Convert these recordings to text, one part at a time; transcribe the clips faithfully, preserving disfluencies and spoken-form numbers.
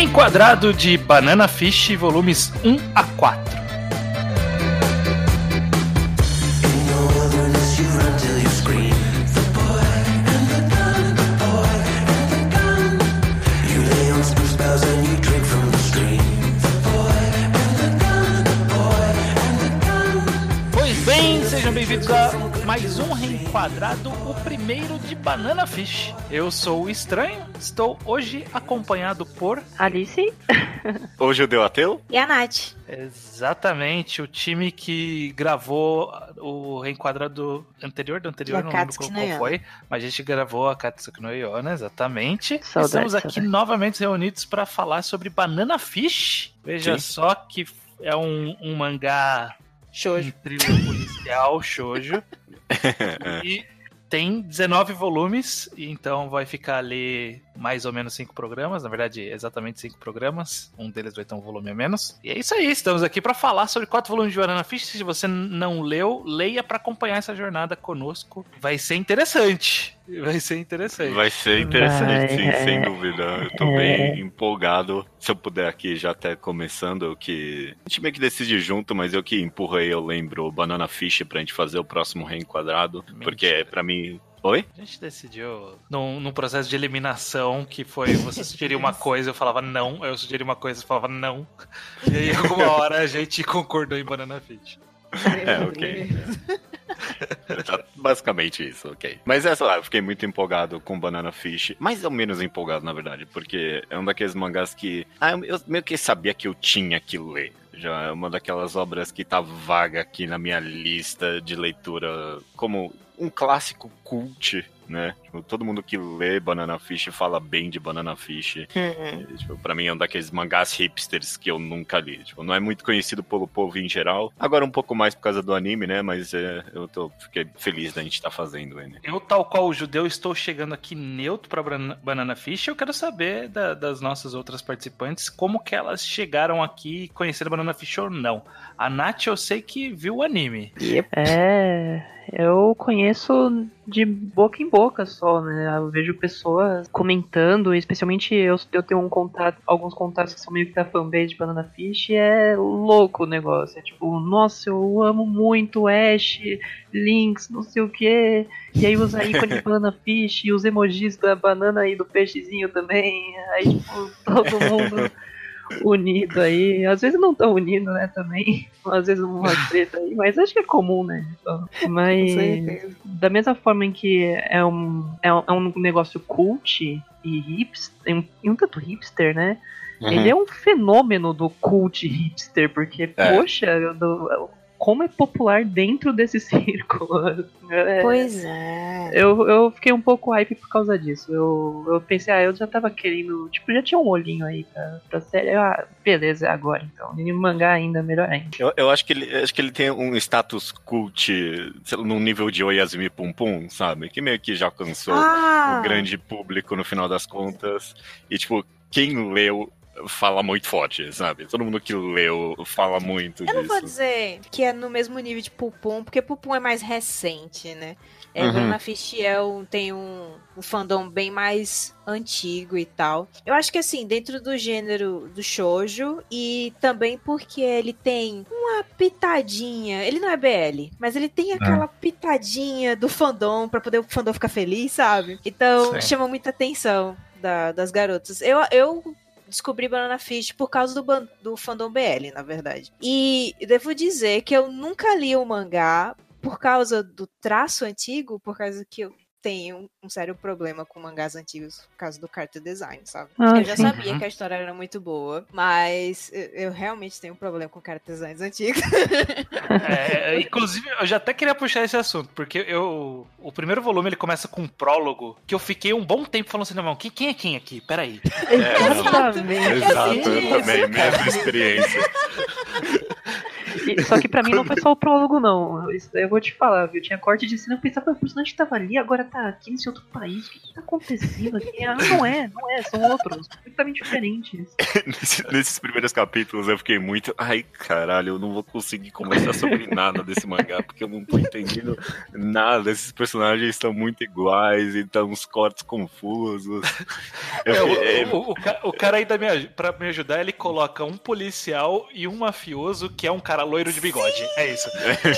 Reenquadrado de Banana Fish, volumes um a quatro. Sejam bem-vindos a mais um Reenquadrado, o primeiro de Banana Fish. Eu sou o Estranho, estou hoje acompanhado por... Alice. Hoje o Deu Ateu. E a Nath. Exatamente, o time que gravou o Reenquadrado anterior, do anterior, não lembro qual, qual foi, mas a gente gravou a Katsuki no Yona, exatamente. Saudade, Estamos aqui saudade. novamente reunidos para falar sobre Banana Fish. Veja Sim. só que é um, um mangá... Shoujo. Um thriller policial, shoujo. E tem dezenove volumes, então vai ficar ali mais ou menos cinco programas, na verdade exatamente cinco programas, um deles vai ter um volume a menos. E é isso aí, estamos aqui para falar sobre quatro volumes de Banana Fish. Se você não leu, leia para acompanhar essa jornada conosco. Vai ser interessante. Vai ser interessante. Vai ser interessante, Vai, sim, é, sem dúvida. Eu tô é. bem empolgado. Se eu puder aqui, já até começando, eu que... A gente meio que decide junto, mas eu que empurrei, eu lembro, o Banana Fish pra gente fazer o próximo Reenquadrado. Mentira. Porque pra mim... Oi? A gente decidiu num, num processo de eliminação que foi você sugerir uma coisa, eu falava não, eu sugeri uma coisa, eu falava não. E aí, alguma hora, a gente concordou em Banana Fish. É, ok. Basicamente isso, ok. Mas é, sei lá, eu fiquei muito empolgado com Banana Fish. Mais ou menos empolgado, na verdade, porque é um daqueles mangás que... Ah, eu, eu meio que sabia que eu tinha que ler. Já é uma daquelas obras que tá vaga aqui na minha lista de leitura como um clássico cult, né? Tipo, todo mundo que lê Banana Fish fala bem de Banana Fish. Uhum. E, tipo, pra mim é um daqueles mangás hipsters que eu nunca li. Tipo, não é muito conhecido pelo povo em geral. Agora um pouco mais por causa do anime, né? Mas é, eu tô, fiquei feliz da gente estar tá fazendo ele. Eu, tal qual o judeu, estou chegando aqui neutro pra Banana Fish. Eu quero saber da, das nossas outras participantes como que elas chegaram aqui e conheceram Banana Fish ou não. A Nath, eu sei que viu o anime. Yep. É... Eu conheço de boca em boca só, né? Eu vejo pessoas comentando, especialmente eu, eu tenho um contato, alguns contatos que são meio que da fanbase de Banana Fish, e é louco o negócio. É tipo, nossa, eu amo muito Ash, Lynx, não sei o que. E aí usa ícone de Banana Fish e os emojis da banana e do peixezinho também. Aí, tipo, todo mundo unido aí, às vezes não tão unido, né, também, às vezes uma treta aí, mas acho que é comum, né, então, mas da mesma forma em que é um, é um, é um negócio cult e hipster, um, um tanto hipster, né, uhum. Ele é um fenômeno do cult hipster, porque, é. poxa, do, como é popular dentro desse círculo. É, pois é. Eu, eu fiquei um pouco hype por causa disso. Eu, eu pensei, ah, eu já tava querendo. Tipo, já tinha um olhinho aí pra, pra série. Ah, beleza, é agora então. E no mangá ainda, melhor ainda. Eu, eu acho, que ele, acho que ele tem um status cult num nível de Oyasumi Pum Pum, sabe? Que meio que já alcançou ah. o grande público no final das contas. E, tipo, quem leu fala muito forte, sabe? Todo mundo que leu fala muito eu disso. Eu não vou dizer que é no mesmo nível de Pupum, porque Pupum é mais recente, né? É, uhum. Banana Fish é um, tem um, um fandom bem mais antigo e tal. Eu acho que assim, dentro do gênero do shoujo, e também porque ele tem uma pitadinha, ele não é B L, mas ele tem aquela ah. pitadinha do fandom pra poder o fandom ficar feliz, sabe? Então, Sim. chama muita atenção da, das garotas. Eu, eu descobri Banana Fish por causa do, ban- do fandom B L, na verdade. E devo dizer que eu nunca li o mangá por causa do traço antigo, por causa que eu tenho um sério problema com mangás antigos por causa do character design, sabe? Ah, eu já sim. sabia que a história era muito boa, mas eu, eu realmente tenho um problema com character designs antigos. É, inclusive, eu já até queria puxar esse assunto, porque eu, o primeiro volume ele começa com um prólogo que eu fiquei um bom tempo falando assim, não, quem, quem é quem aqui? Peraí. É, exatamente. Exato, eu também, mesma experiência. E- Só que pra mim não foi só o prólogo, não. Isso daí eu vou te falar, viu? Tinha corte de cena, eu pensava, o personagem tava ali, agora tá aqui nesse outro país. O que que tá acontecendo aqui? Ah, não é, não é, são outros, completamente diferentes. Nesse- nesses primeiros capítulos eu fiquei muito. Ai, caralho, eu não vou conseguir conversar sobre nada desse mangá, porque eu não tô entendendo nada. Esses personagens estão muito iguais, então uns cortes confusos. Eu É, fiquei- o, o- o ca- o cara ainda, me, aj- pra me ajudar, ele coloca um policial e um mafioso que é um cara loiro de bigode. É isso.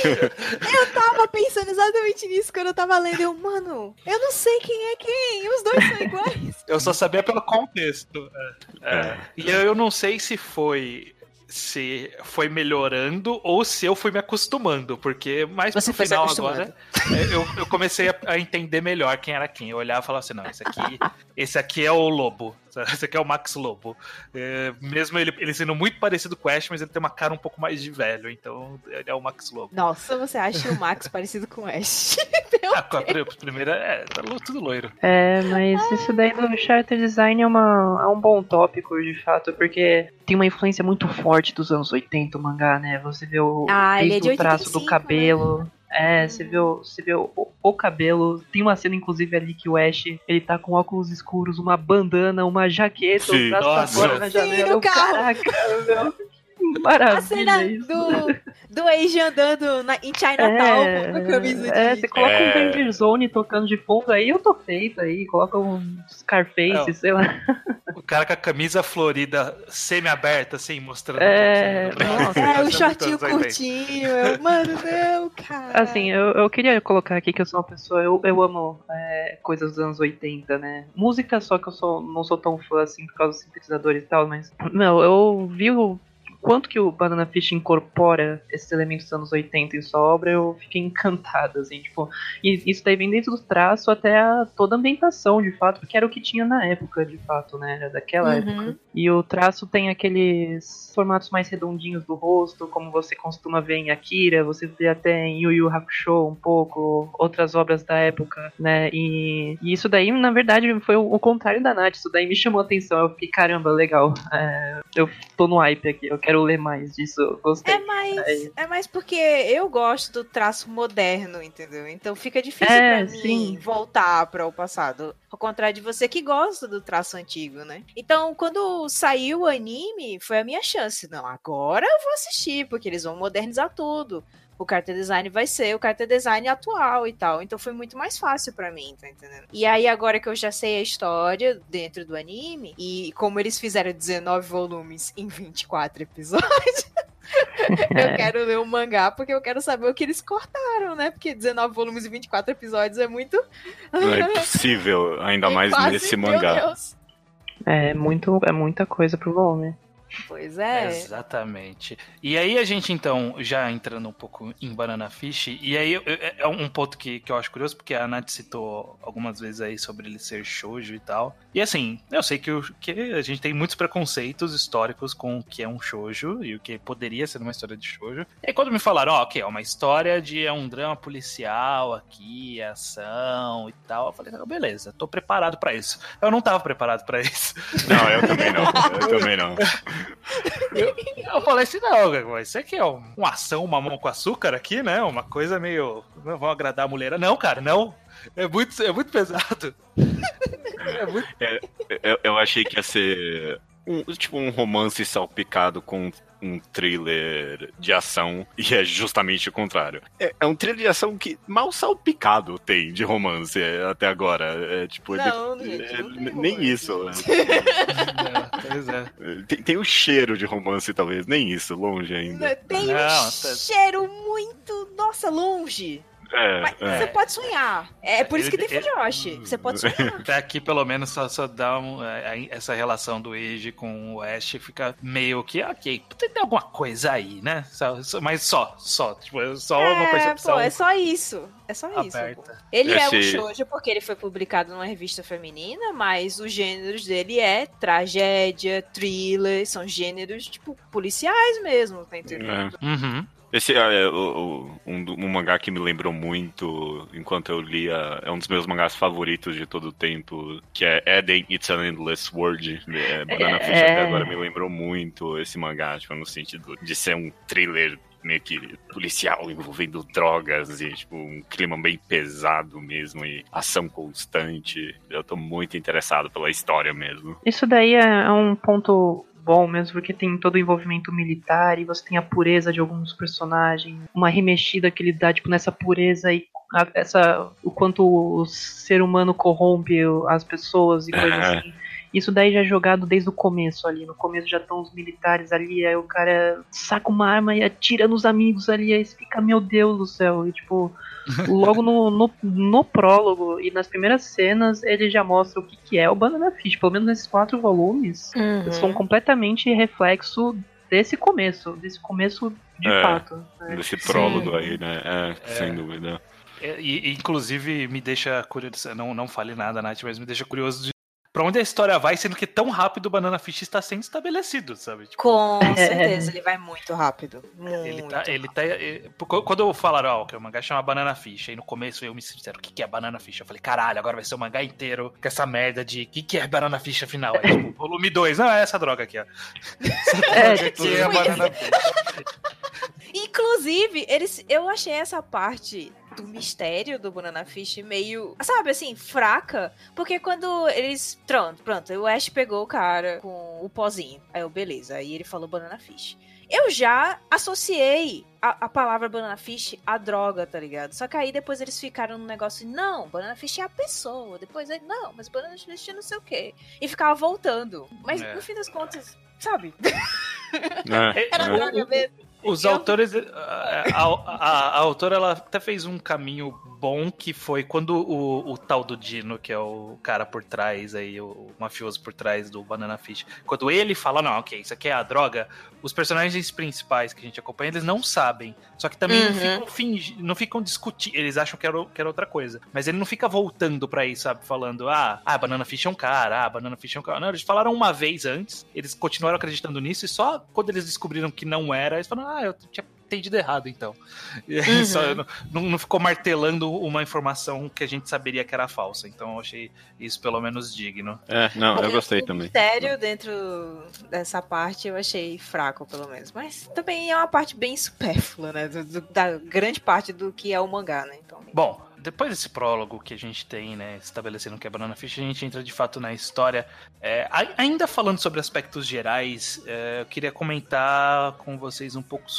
Eu tava pensando exatamente nisso quando eu tava lendo. Eu, mano, eu não sei quem é quem. Os dois são iguais. Eu só sabia pelo contexto. É, é. E eu, eu não sei se foi. Se foi melhorando ou se eu fui me acostumando, porque mais Você pro foi se final acostumando. agora é, eu, eu comecei a, a entender melhor quem era quem. Eu olhava e falava assim, não, esse aqui, esse aqui é o Lobo, esse aqui é o Max Lobo. É, mesmo ele, ele sendo muito parecido com o Ash, mas ele tem uma cara um pouco mais de velho, então ele é o Max Lobo. Nossa, você acha o Max parecido com o Ash? Meu Ah, com a pri- primeira é tá lo- tudo loiro. É, mas isso daí do character design é, uma, é um bom tópico, de fato, porque tem uma influência muito forte dos anos oitenta o mangá, né? Você vê o, Ah, ele é desde de o traço oitenta e cinco, do cabelo. É, você vê, o, você vê o, o cabelo. Tem uma cena, inclusive, ali que o Ash, ele tá com óculos escuros, uma bandana, uma jaqueta, Sim. o braço pra Nossa. fora na Sim, janela. no Eu, carro. Caraca, meu, que A cena maravilha isso. do, do Age andando na, em Chinatown com a camisa de... é, você coloca É. um Danger Zone tocando de fundo, aí eu tô feito aí. Coloca um Scarface, É, sei lá. O cara com a camisa florida semi-aberta, assim, mostrando É, um pouquinho do braço. nossa. É, Isso o muito shortinho anos oitenta. curtinho. Eu, mano, não, cara. Assim, eu, eu queria colocar aqui que eu sou uma pessoa, eu, eu amo é, coisas dos anos oitenta, né? Música, só que eu sou, não sou tão fã assim por causa dos sintetizadores e tal, mas. Não, eu vi o quanto que o Banana Fish incorpora esses elementos dos anos oitenta em sua obra, eu fiquei encantado, assim, tipo. E isso daí vem desde o traço até a, toda a ambientação, de fato, porque era o que tinha na época, de fato, né? Era daquela Uhum. época. E o traço tem aqueles formatos mais redondinhos do rosto, como você costuma ver em Akira, você vê até em Yu Yu Hakusho um pouco, outras obras da época, né? E, e isso daí, na verdade, foi o, o contrário da Nath, isso daí me chamou a atenção, eu fiquei, caramba, legal, é, eu tô no hype aqui, eu quero ler mais disso, eu gostei. É mais, é mais porque eu gosto do traço moderno, entendeu? Então fica difícil É, pra mim sim. voltar para o passado. Ao contrário de você que gosta do traço antigo, né? Então, quando saiu o anime, foi a minha chance. Não, agora eu vou assistir, porque eles vão modernizar tudo. O character design vai ser o character design atual e tal. Então foi muito mais fácil pra mim, tá entendendo? E aí, agora que eu já sei a história dentro do anime, e como eles fizeram dezenove volumes em vinte e quatro episódios, eu quero ler o mangá porque eu quero saber o que eles cortaram, né? Porque dezenove volumes e vinte e quatro episódios é muito. Não é possível, ainda É mais quase, nesse meu mangá. Deus. É, muito, é muita coisa pro volume. Pois é. Exatamente. E aí a gente, então, já entrando um pouco em Banana Fish, e aí eu- eu- é um ponto que, que eu acho curioso, porque a Nath citou algumas vezes aí sobre ele ser shoujo e tal. E assim, eu sei que, o, que a gente tem muitos preconceitos históricos com o que é um shoujo e o que poderia ser uma história de shoujo. E aí quando me falaram, ó, ok, é uma história de é um drama policial aqui, é ação e tal, eu falei, não, beleza, tô preparado pra isso. Eu não tava preparado pra isso. Não, eu também não. Eu também não. Eu, eu falei assim, não, isso aqui é um, uma ação, uma mão com açúcar aqui, né? Uma coisa meio. Não vão agradar a mulher. Não, cara, não. É muito, é muito pesado. É muito... Eu, eu achei que ia ser um, tipo um romance salpicado com um thriller de ação, e é justamente o contrário. É, é um thriller de ação que mal salpicado tem de romance é, até agora. É tipo. Não, é- gente, é- não tem nem romance. isso. né? É, pois é. Tem, tem o cheiro de romance, talvez, nem isso, longe ainda. Tem Não, um tá- cheiro muito, nossa, longe. É, Mas é. você pode sonhar. É por isso que tem Ele- Fujoshi. Você pode sonhar. Até aqui, pelo menos, só, só dá um, é, essa relação do Eiji com o Ash fica meio que, ok, tem tem alguma coisa aí, né? Só- só- mas só, só. Tipo, é só uma É, percepção pô, é só isso. É só isso. pô. aberta. Ele é um Esse- shoujo porque ele foi publicado numa revista feminina, mas os gêneros dele é tragédia, thriller, são gêneros, tipo, policiais mesmo, tá entendendo? É. Uhum. Esse é o- o- um, do- um mangá que me lembrou muito enquanto eu lia. É um dos meus mangás favoritos de todo o tempo, que é Eden It's an Endless World. É, Banana Fish É. até agora me lembrou muito esse mangá, tipo, no sentido de ser um thriller meio que policial envolvendo drogas e, tipo, um clima bem pesado mesmo e ação constante. Eu tô muito interessado pela história mesmo. Isso daí é um ponto bom mesmo, porque tem todo o envolvimento militar e você tem a pureza de alguns personagens, uma remexida que ele dá, tipo, nessa pureza e a, essa, o quanto o ser humano corrompe as pessoas e coisas Uhum. assim. Isso daí já é jogado desde o começo ali. No começo já estão os militares ali, aí o cara saca uma arma e atira nos amigos ali, aí você fica, meu Deus do céu. E tipo, logo no, no, no prólogo e nas primeiras cenas, ele já mostra o que, que é o Banana Fish. Pelo menos nesses quatro volumes, Uhum. são completamente reflexo desse começo, desse começo de É, fato. Desse prólogo Sim. aí, né? É, É. sem dúvida. E, e, inclusive, me deixa curioso. Não, não fale nada, Nath, mas me deixa curioso de pra onde a história vai, sendo que tão rápido o Banana Fish está sendo estabelecido, sabe? Tipo, Com É. certeza, ele vai muito rápido. Muito. ele tá. Ele tá eh, quando eu falaram, ó, que o mangá chama Banana Fish, aí no começo eu me sincero, o que, que é Banana Fish? Eu falei, caralho, agora vai ser o mangá inteiro com essa merda de o que, que é Banana Fish afinal? Aí, tipo, volume dois, não, é essa droga aqui, ó. Essa É, droga aqui é a tipo Banana Fish. Inclusive, eles, eu achei essa parte do mistério do Banana Fish meio, sabe, assim, fraca. Porque quando eles... Pronto, pronto. O Ash pegou o cara com o pozinho. Aí eu, beleza. Aí ele falou Banana Fish. Eu já associei a, a palavra Banana Fish à droga, tá ligado? Só que aí depois eles ficaram no negócio de, não, Banana Fish é a pessoa. Depois aí, não, mas Banana Fish é não sei o quê. E ficava voltando. Mas É. no fim das contas, sabe? É, Era é. droga mesmo. Os Eu- autores. A, a, a- a autora ela até fez um caminho bom que foi quando o, o tal do Dino, que é o cara por trás aí, o mafioso por trás do Banana Fish, quando ele fala, não, ok, isso aqui é a droga, os personagens principais que a gente acompanha, eles não sabem. Só que também não Uhum. ficam fingi, não ficam discutindo, eles acham que era, que era outra coisa. Mas ele não fica voltando pra isso, sabe? Falando, ah, ah, Banana Fish é um cara, ah, Banana Fish é um cara. Não, eles falaram uma vez antes, eles continuaram acreditando nisso, e só quando eles descobriram que não era, eles falaram, ah, eu tinha entendido errado, então. E aí Uhum. só, não, não, não ficou martelando uma informação que a gente saberia que era falsa. Então eu achei isso pelo menos digno. É, não, eu gostei o também. mistério dentro dessa parte eu achei fraco, pelo menos. Mas também é uma parte bem supérflua, né? Do- do- da grande parte do que é o mangá, né? Então, Bom, depois desse prólogo que a gente tem, né, estabelecendo que é Banana Fish, a gente entra de fato na história. É, a- ainda falando sobre aspectos gerais, é, eu queria comentar com vocês um pouco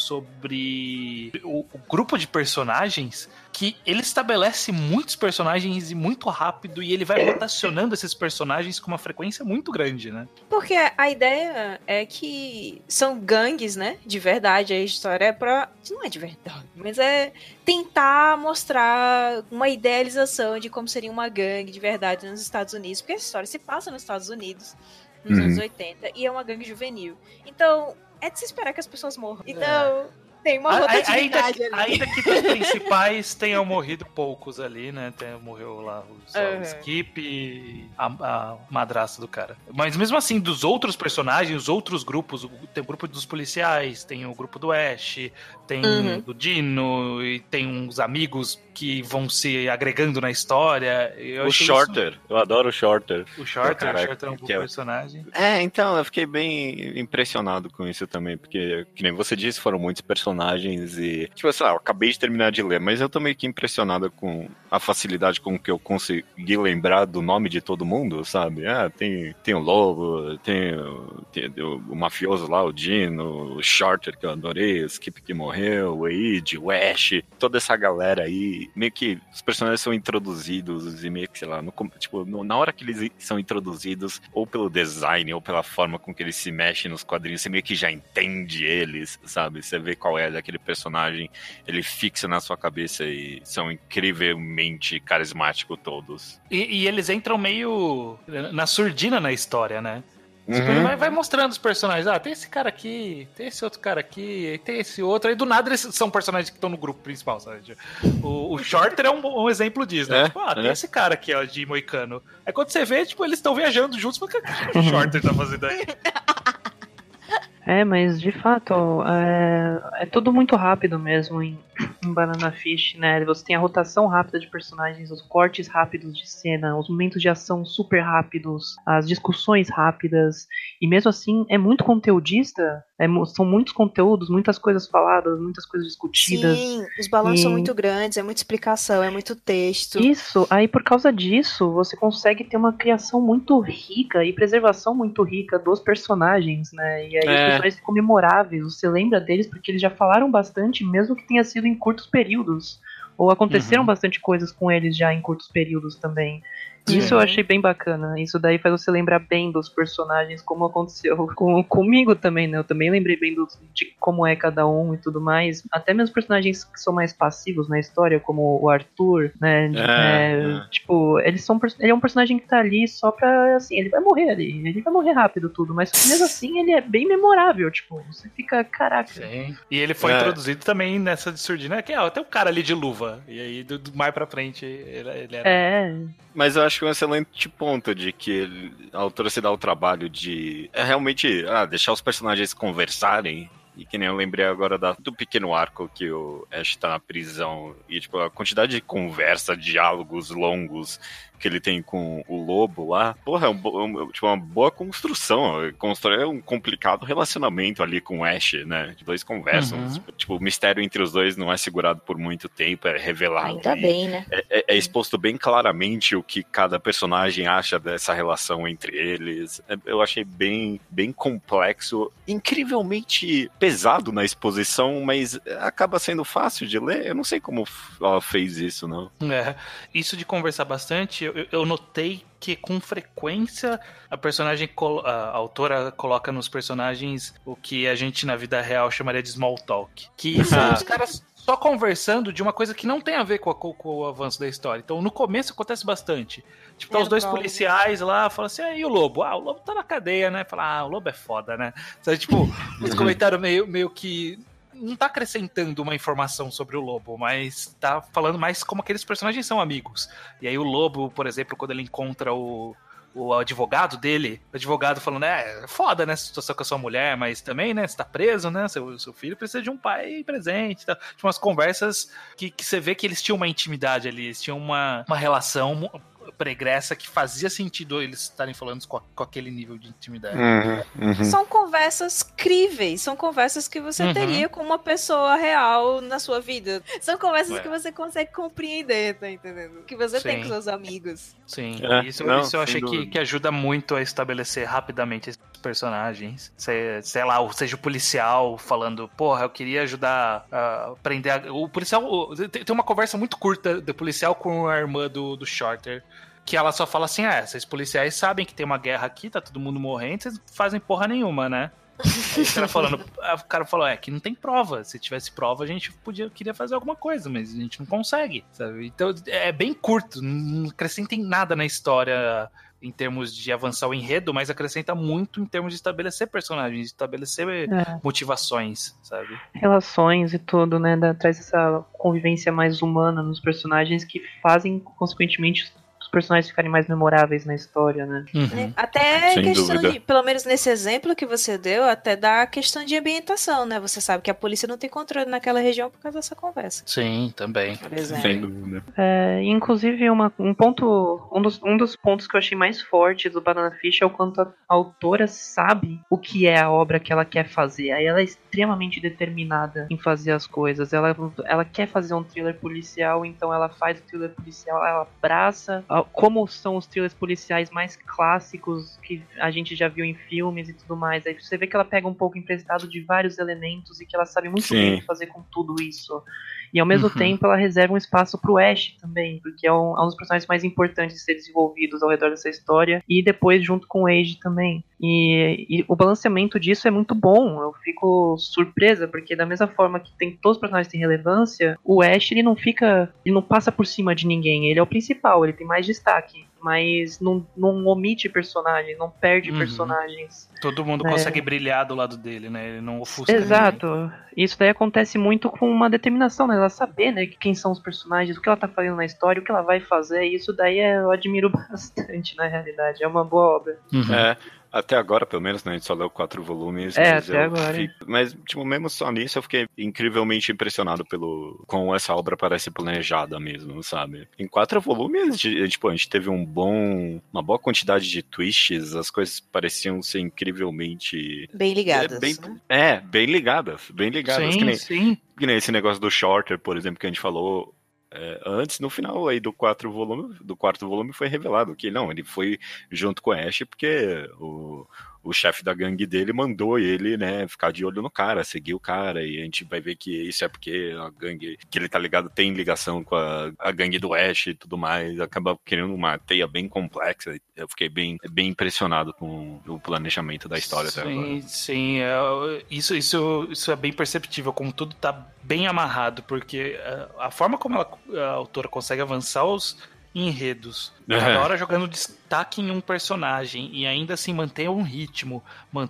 sobre o, o grupo de personagens, que ele estabelece muitos personagens e muito rápido, e ele vai rotacionando esses personagens com uma frequência muito grande, né? porque a ideia é que são gangues, né? De verdade. A história é pra. Não é de verdade, mas é tentar mostrar uma idealização de como seria uma gangue de verdade nos Estados Unidos. Porque essa história se passa nos Estados Unidos, nos Uhum. anos oitenta, e é uma gangue juvenil. Então, é de se esperar que as pessoas morram. Então, tem uma A- a- Ainda, rotatividade que- ali. ainda que dos principais tenham morrido poucos ali, né? Tem, morreu lá o, só o Uhum. Skip e a, a madrasta do cara. Mas mesmo assim, dos outros personagens, os outros grupos, o- tem o grupo dos policiais, tem o grupo do Ash, tem Uhum. do Dino, e tem uns amigos que vão se agregando na história. Eu O achei Shorter, eu adoro o Shorter. Isso, o Shorter, Caraca, o Shorter é um bom que é- personagem. É, então, eu fiquei bem impressionado com isso também, porque, que nem você disse, foram muitos personagens e, tipo, sei lá, eu acabei de terminar de ler, mas eu tô meio que impressionado com a facilidade com que eu consegui lembrar do nome de todo mundo, sabe? Ah, tem, tem o Lobo, tem, o- tem o, o mafioso lá, o Dino, o Shorter, que eu adorei, o Skip que morreu, o Eid, o Ash, toda essa galera aí, meio que os personagens são introduzidos e meio que, sei lá, no, com- tipo, no- na hora que eles são introduzidos, ou pelo design, ou pela forma com que eles se mexem nos quadrinhos, você meio que já entende eles, sabe? Você vê qual é daquele personagem, ele fixa na sua cabeça e são incrivelmente carismáticos todos. E, e eles entram meio na surdina na história, né? Tipo, Uhum. ele vai, vai mostrando os personagens. Ah, tem esse cara aqui, tem esse outro cara aqui, tem esse outro. Aí do nada eles são personagens que estão no grupo principal, sabe? O, o Shorter é um, um exemplo disso, né? É, Tipo, ah, tem é. esse cara aqui, ó, de moicano. Aí quando você vê, tipo, eles estão viajando juntos, mas o que o Shorter tá fazendo aí? É, mas de fato, é, é tudo muito rápido mesmo em, em Banana Fish, né? Você tem a rotação rápida de personagens, os cortes rápidos de cena, os momentos de ação super rápidos, as discussões rápidas, e mesmo assim é muito conteudista. É, são muitos conteúdos, muitas coisas faladas, muitas coisas discutidas. Sim, os balanços e... são muito grandes, é muita explicação, é muito texto. Isso, aí por causa disso, você consegue ter uma criação muito rica e preservação muito rica dos personagens, né? E aí é. os personagens ficam memoráveis, você lembra deles porque eles já falaram bastante, mesmo que tenha sido em curtos períodos. Ou aconteceram uhum. bastante coisas com eles já em curtos períodos também. Isso Sim. eu achei bem bacana. Isso daí faz você lembrar bem dos personagens, como aconteceu com, comigo também, né? Eu também lembrei bem do, de como é cada um e tudo mais. Até mesmo personagens que são mais passivos na história, como o Arthur, né? É, é, é. Tipo, eles são, ele é um personagem que tá ali só pra, assim, ele vai morrer ali. Ele vai morrer rápido tudo, mas mesmo assim ele é bem memorável. Tipo, você fica, caraca. Sim. E ele foi é. introduzido também nessa de Surdina, que é até o cara ali de luva. E aí, do, do mais pra frente, ele, ele era... É... Mas eu acho que é um excelente ponto de que ele, a autora se dá o trabalho de é realmente ah, deixar os personagens conversarem. E que nem eu lembrei agora da, do pequeno arco que o Ash tá na prisão. E tipo, a quantidade de conversa, diálogos longos que ele tem com o lobo lá, porra, é um, um, tipo, uma boa construção. Constrói um complicado relacionamento ali com o Ash, né? Os dois conversam. Uhum. Tipo, tipo, o mistério entre os dois não é segurado por muito tempo, é revelado. Ainda bem, né? É, é, é exposto bem claramente o que cada personagem acha dessa relação entre eles. É, eu achei bem, bem complexo, incrivelmente pesado na exposição, mas acaba sendo fácil de ler. Eu não sei como ela fez isso, não. É, isso de conversar bastante, eu, eu notei que com frequência a personagem, a autora coloca nos personagens o que a gente na vida real chamaria de small talk. Que são os caras só conversando de uma coisa que não tem a ver com, a, com o avanço da história. Então no começo acontece bastante. Tipo, tá os dois policiais lá, falam assim, e o lobo? Ah, o lobo tá na cadeia, né? Fala, ah, o lobo é foda, né? Sabe, tipo, os comentários meio, meio que não tá acrescentando uma informação sobre o lobo, mas tá falando mais como aqueles personagens são amigos. E aí o lobo, por exemplo, quando ele encontra o, o advogado dele, o advogado falando, é, foda, né, a situação com a sua mulher, mas também, né, você tá preso, né, seu, seu filho precisa de um pai presente, tá? Tinha umas conversas que, que você vê que eles tinham uma intimidade ali, eles tinham uma, uma relação pregressa que fazia sentido eles estarem falando com, a, com aquele nível de intimidade. Uhum, uhum. São conversas críveis, são conversas que você uhum. teria com uma pessoa real na sua vida. São conversas Ué. que você consegue compreender, tá entendendo? Que você Sim. tem com seus amigos. Sim, é, isso, não, isso eu achei que, que ajuda muito a estabelecer rapidamente esses personagens. Sei, sei lá, seja o policial falando, porra, eu queria ajudar a prender a... O policial... Tem uma conversa muito curta do policial com a irmã do, do Shorter, que ela só fala assim, ah, esses policiais sabem que tem uma guerra aqui, tá todo mundo morrendo, vocês não fazem porra nenhuma, né? Aí o cara falando, o cara falou, é, que não tem prova, se tivesse prova a gente podia, queria fazer alguma coisa, mas a gente não consegue, sabe? Então é bem curto, não acrescenta em nada na história em termos de avançar o enredo, mas acrescenta muito em termos de estabelecer personagens, estabelecer é. motivações, sabe? Relações e tudo, né? Da, traz essa convivência mais humana nos personagens que fazem, consequentemente, os personagens ficarem mais memoráveis na história, né? Uhum. Até Sem questão dúvida. de, pelo menos nesse exemplo que você deu, até da questão de ambientação, né? Você sabe que a polícia não tem controle naquela região por causa dessa conversa. Sim, também. Por exemplo. Sem dúvida. É, inclusive, uma, um ponto, um dos, um dos pontos que eu achei mais fortes do Banana Fish é o quanto a autora sabe o que é a obra que ela quer fazer. Aí ela é extremamente determinada em fazer as coisas. Ela, ela quer fazer um thriller policial, então ela faz o thriller policial, ela abraça como são os thrillers policiais mais clássicos que a gente já viu em filmes e tudo mais. Aí você vê que ela pega um pouco emprestado de vários elementos e que ela sabe muito Sim. bem o que fazer com tudo isso. E ao mesmo uhum. tempo ela reserva um espaço pro Ash também, porque é um, é um dos personagens mais importantes de ser desenvolvidos ao redor dessa história, e depois junto com o Age também. E, e o balanceamento disso é muito bom, eu fico surpresa, porque da mesma forma que tem todos os personagens que têm relevância, o Ash ele não fica, ele não passa por cima de ninguém, ele é o principal, ele tem mais destaque, mas não, não omite personagens, não perde uhum. personagens. Todo mundo né? consegue brilhar do lado dele, né? Ele não ofusca Exato. ninguém. Isso daí acontece muito com uma determinação, né? Ela saber, né, quem são os personagens, o que ela tá fazendo na história, o que ela vai fazer. E isso daí eu admiro bastante, na realidade. É uma boa obra. Uhum. É. Até agora, pelo menos, né? A gente só leu quatro volumes. É, mas até eu agora. fico- Mas, tipo, mesmo só nisso, eu fiquei incrivelmente impressionado pelo... como essa obra parece planejada mesmo, sabe? Em quatro volumes, de- tipo, a gente teve um bom... uma boa quantidade de twists, as coisas pareciam ser incrivelmente... Bem ligadas, É, bem, né? é, bem ligadas, bem ligadas. que Sim, nem, sim. que nem esse negócio do Shorter, por exemplo, que a gente falou é, antes, no final aí do, quatro volume, do quarto volume foi revelado que não, ele foi junto com o Ash porque o, o chefe da gangue dele mandou ele, né, ficar de olho no cara, seguir o cara, e a gente vai ver que isso é porque a gangue que ele tá ligado tem ligação com a, a gangue do Ash e tudo mais, acaba criando uma teia bem complexa. Eu fiquei bem, bem impressionado com o planejamento da história até agora. Sim, sim. é, isso, isso, isso é bem perceptível, como tudo tá bem amarrado, porque a, a forma como ela, a autora consegue avançar os enredos, cada hora jogando destaque em um personagem e ainda assim manter um ritmo,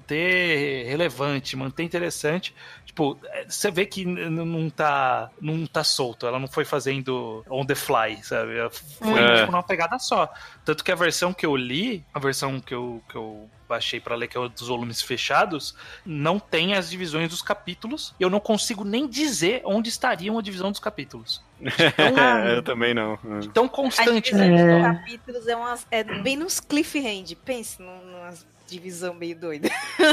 manter relevante, manter interessante. Tipo, você vê que não tá, não tá solto, ela não foi fazendo on the fly, sabe? Ela foi É. tipo, numa pegada só. Tanto que a versão que eu li, a versão que eu, que eu baixei pra ler, que é o dos volumes fechados, não tem as divisões dos capítulos. Eu não consigo nem dizer onde estariam a divisão dos capítulos. Tão, eu também não. tão A constante, divisão né? de É. capítulos é, umas, é bem nos cliffhand. Pense num- numa divisão meio doida.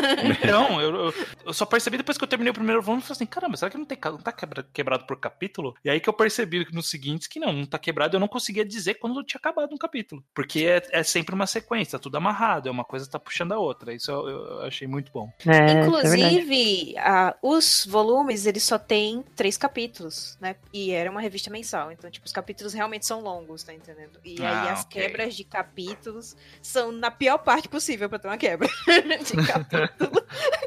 Então, eu, eu- eu só percebi depois que eu terminei o primeiro volume, eu falei assim, caramba, será que não, tem, ca- não tá quebra- quebrado por capítulo? E aí que eu percebi nos seguintes que não, não tá quebrado, eu não conseguia dizer quando tinha acabado um capítulo. Porque é, é sempre uma sequência, tudo amarrado, é uma coisa tá puxando a outra. Isso eu, eu achei muito bom. É, isso é verdade. Inclusive, a- os volumes, eles só têm três capítulos, né? E era uma revista mensal. Então, tipo, os capítulos realmente são longos, tá entendendo? E aí Ah, as ok. quebras de capítulos são na pior parte possível pra ter uma quebra de capítulo.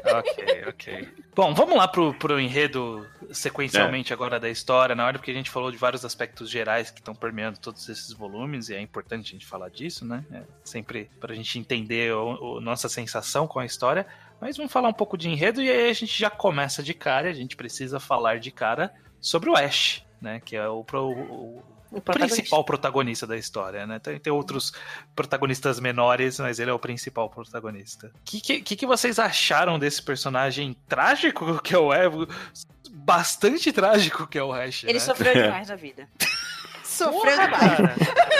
Ok, ok. Bom, vamos lá pro, pro enredo sequencialmente agora da história, na hora, porque a gente falou de vários aspectos gerais que estão permeando todos esses volumes, e é importante a gente falar disso, né? É sempre pra gente entender o, o- nossa sensação com a história. Mas vamos falar um pouco de enredo, e aí a gente já começa de cara, a gente precisa falar de cara sobre o Ash, né? Que é o, pro- o, O o protagonista. principal protagonista da história, né? Tem, tem outros protagonistas menores, mas ele é o principal protagonista. O que, que, que vocês acharam desse personagem trágico que é o Ash? Bastante trágico que é o Ash, Ele né? sofreu demais na vida. Sofreu Porra, demais. cara.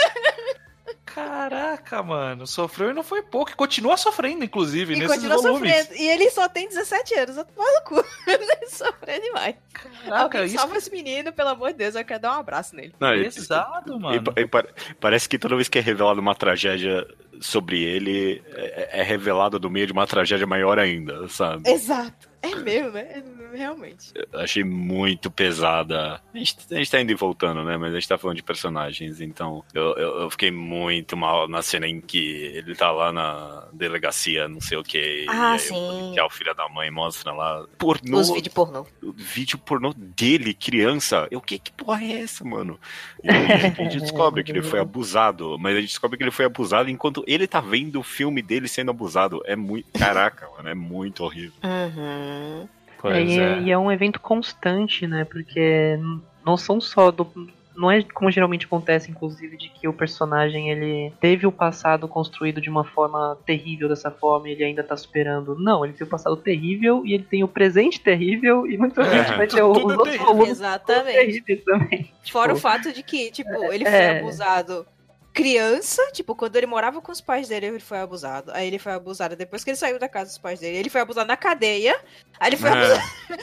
Caraca, mano, sofreu e não foi pouco. E continua sofrendo, inclusive, E nesses continua volumes. sofrendo. E ele só tem dezessete anos. Eu tô maluco. Ele sofreu demais. Caraca, Alguém isso salva esse menino, pelo amor de Deus. Eu quero dar um abraço nele. Não, é e- pesado, e- mano. e pa- parece que toda vez que é revelada uma tragédia sobre ele, é, é revelado no meio de uma tragédia maior ainda, sabe? Exato. É mesmo, né? É, Realmente. Eu achei muito pesada. A gente, a gente tá indo e voltando, né? Mas a gente tá falando de personagens, então eu, eu, eu fiquei muito mal na cena em que ele tá lá na delegacia, não sei o que. Ah, e aí sim. o policial, filha da mãe, mostra lá. Pornô. Os vídeos pornô. O vídeo pornô dele, criança. Eu, que, que porra é essa, mano? E aí a gente descobre que ele foi abusado, mas a gente descobre que ele foi abusado enquanto ele tá vendo o filme dele sendo abusado. É muito. Caraca, mano, é muito horrível. Uhum. É, e, é. e é um evento constante, né? Porque n- não são só do. Não é como geralmente acontece, inclusive, de que o personagem ele teve o passado construído de uma forma terrível dessa forma e ele ainda tá superando. Não, ele tem o passado terrível e ele tem o presente terrível e muito provavelmente É, vai ter tudo os é outros terrível. volumes Exatamente. terríveis também. Fora Tipo, o fato de que, tipo, ele foi É. abusado criança, tipo, quando ele morava com os pais dele, ele foi abusado. Aí ele foi abusado depois que ele saiu da casa dos pais dele. Ele foi abusado na cadeia. Aí ele foi abusado.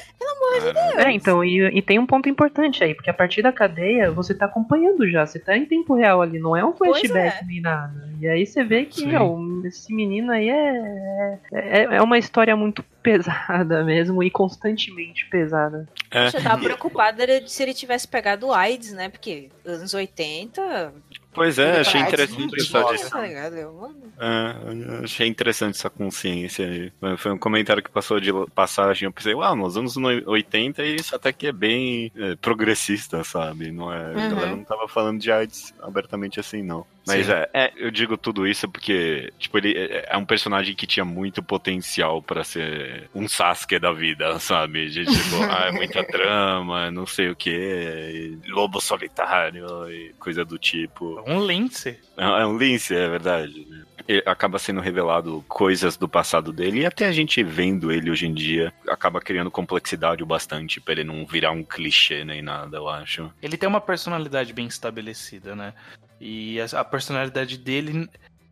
É. É, então, e, e tem um ponto importante aí, porque a partir da cadeia você tá acompanhando já, você tá em tempo real ali, não é um Pois flashback é. nem nada. E aí você vê que, Sim. meu, esse menino aí é, é, é uma história muito pesada mesmo e constantemente pesada. É. Eu tava preocupada ele- se ele tivesse pegado o AIDS, né? Porque anos oitenta. Pois é, achei AIDS interessante muito pensar foda, disso. tá ligado? Eu, mano, É, eu achei interessante essa consciência aí. Foi um comentário que passou de passagem. Eu pensei, uau, nos anos oitenta isso até que é bem é, progressista, sabe? Não é, Uhum. A galera não tava falando de AIDS abertamente assim, não. Mas Sim. é, é, eu digo tudo isso porque, tipo, ele é é um personagem que tinha muito potencial pra ser um Sasuke da vida, sabe? De tipo, ah, é muita trama, não sei o que, lobo solitário e coisa do tipo. Um Lince. É é um Lince, é verdade. acaba sendo revelado coisas do passado dele, e até a gente vendo ele hoje em dia, acaba criando complexidade o bastante pra ele não virar um clichê nem nada, eu acho. Ele tem uma personalidade bem estabelecida, né? E a, a personalidade dele,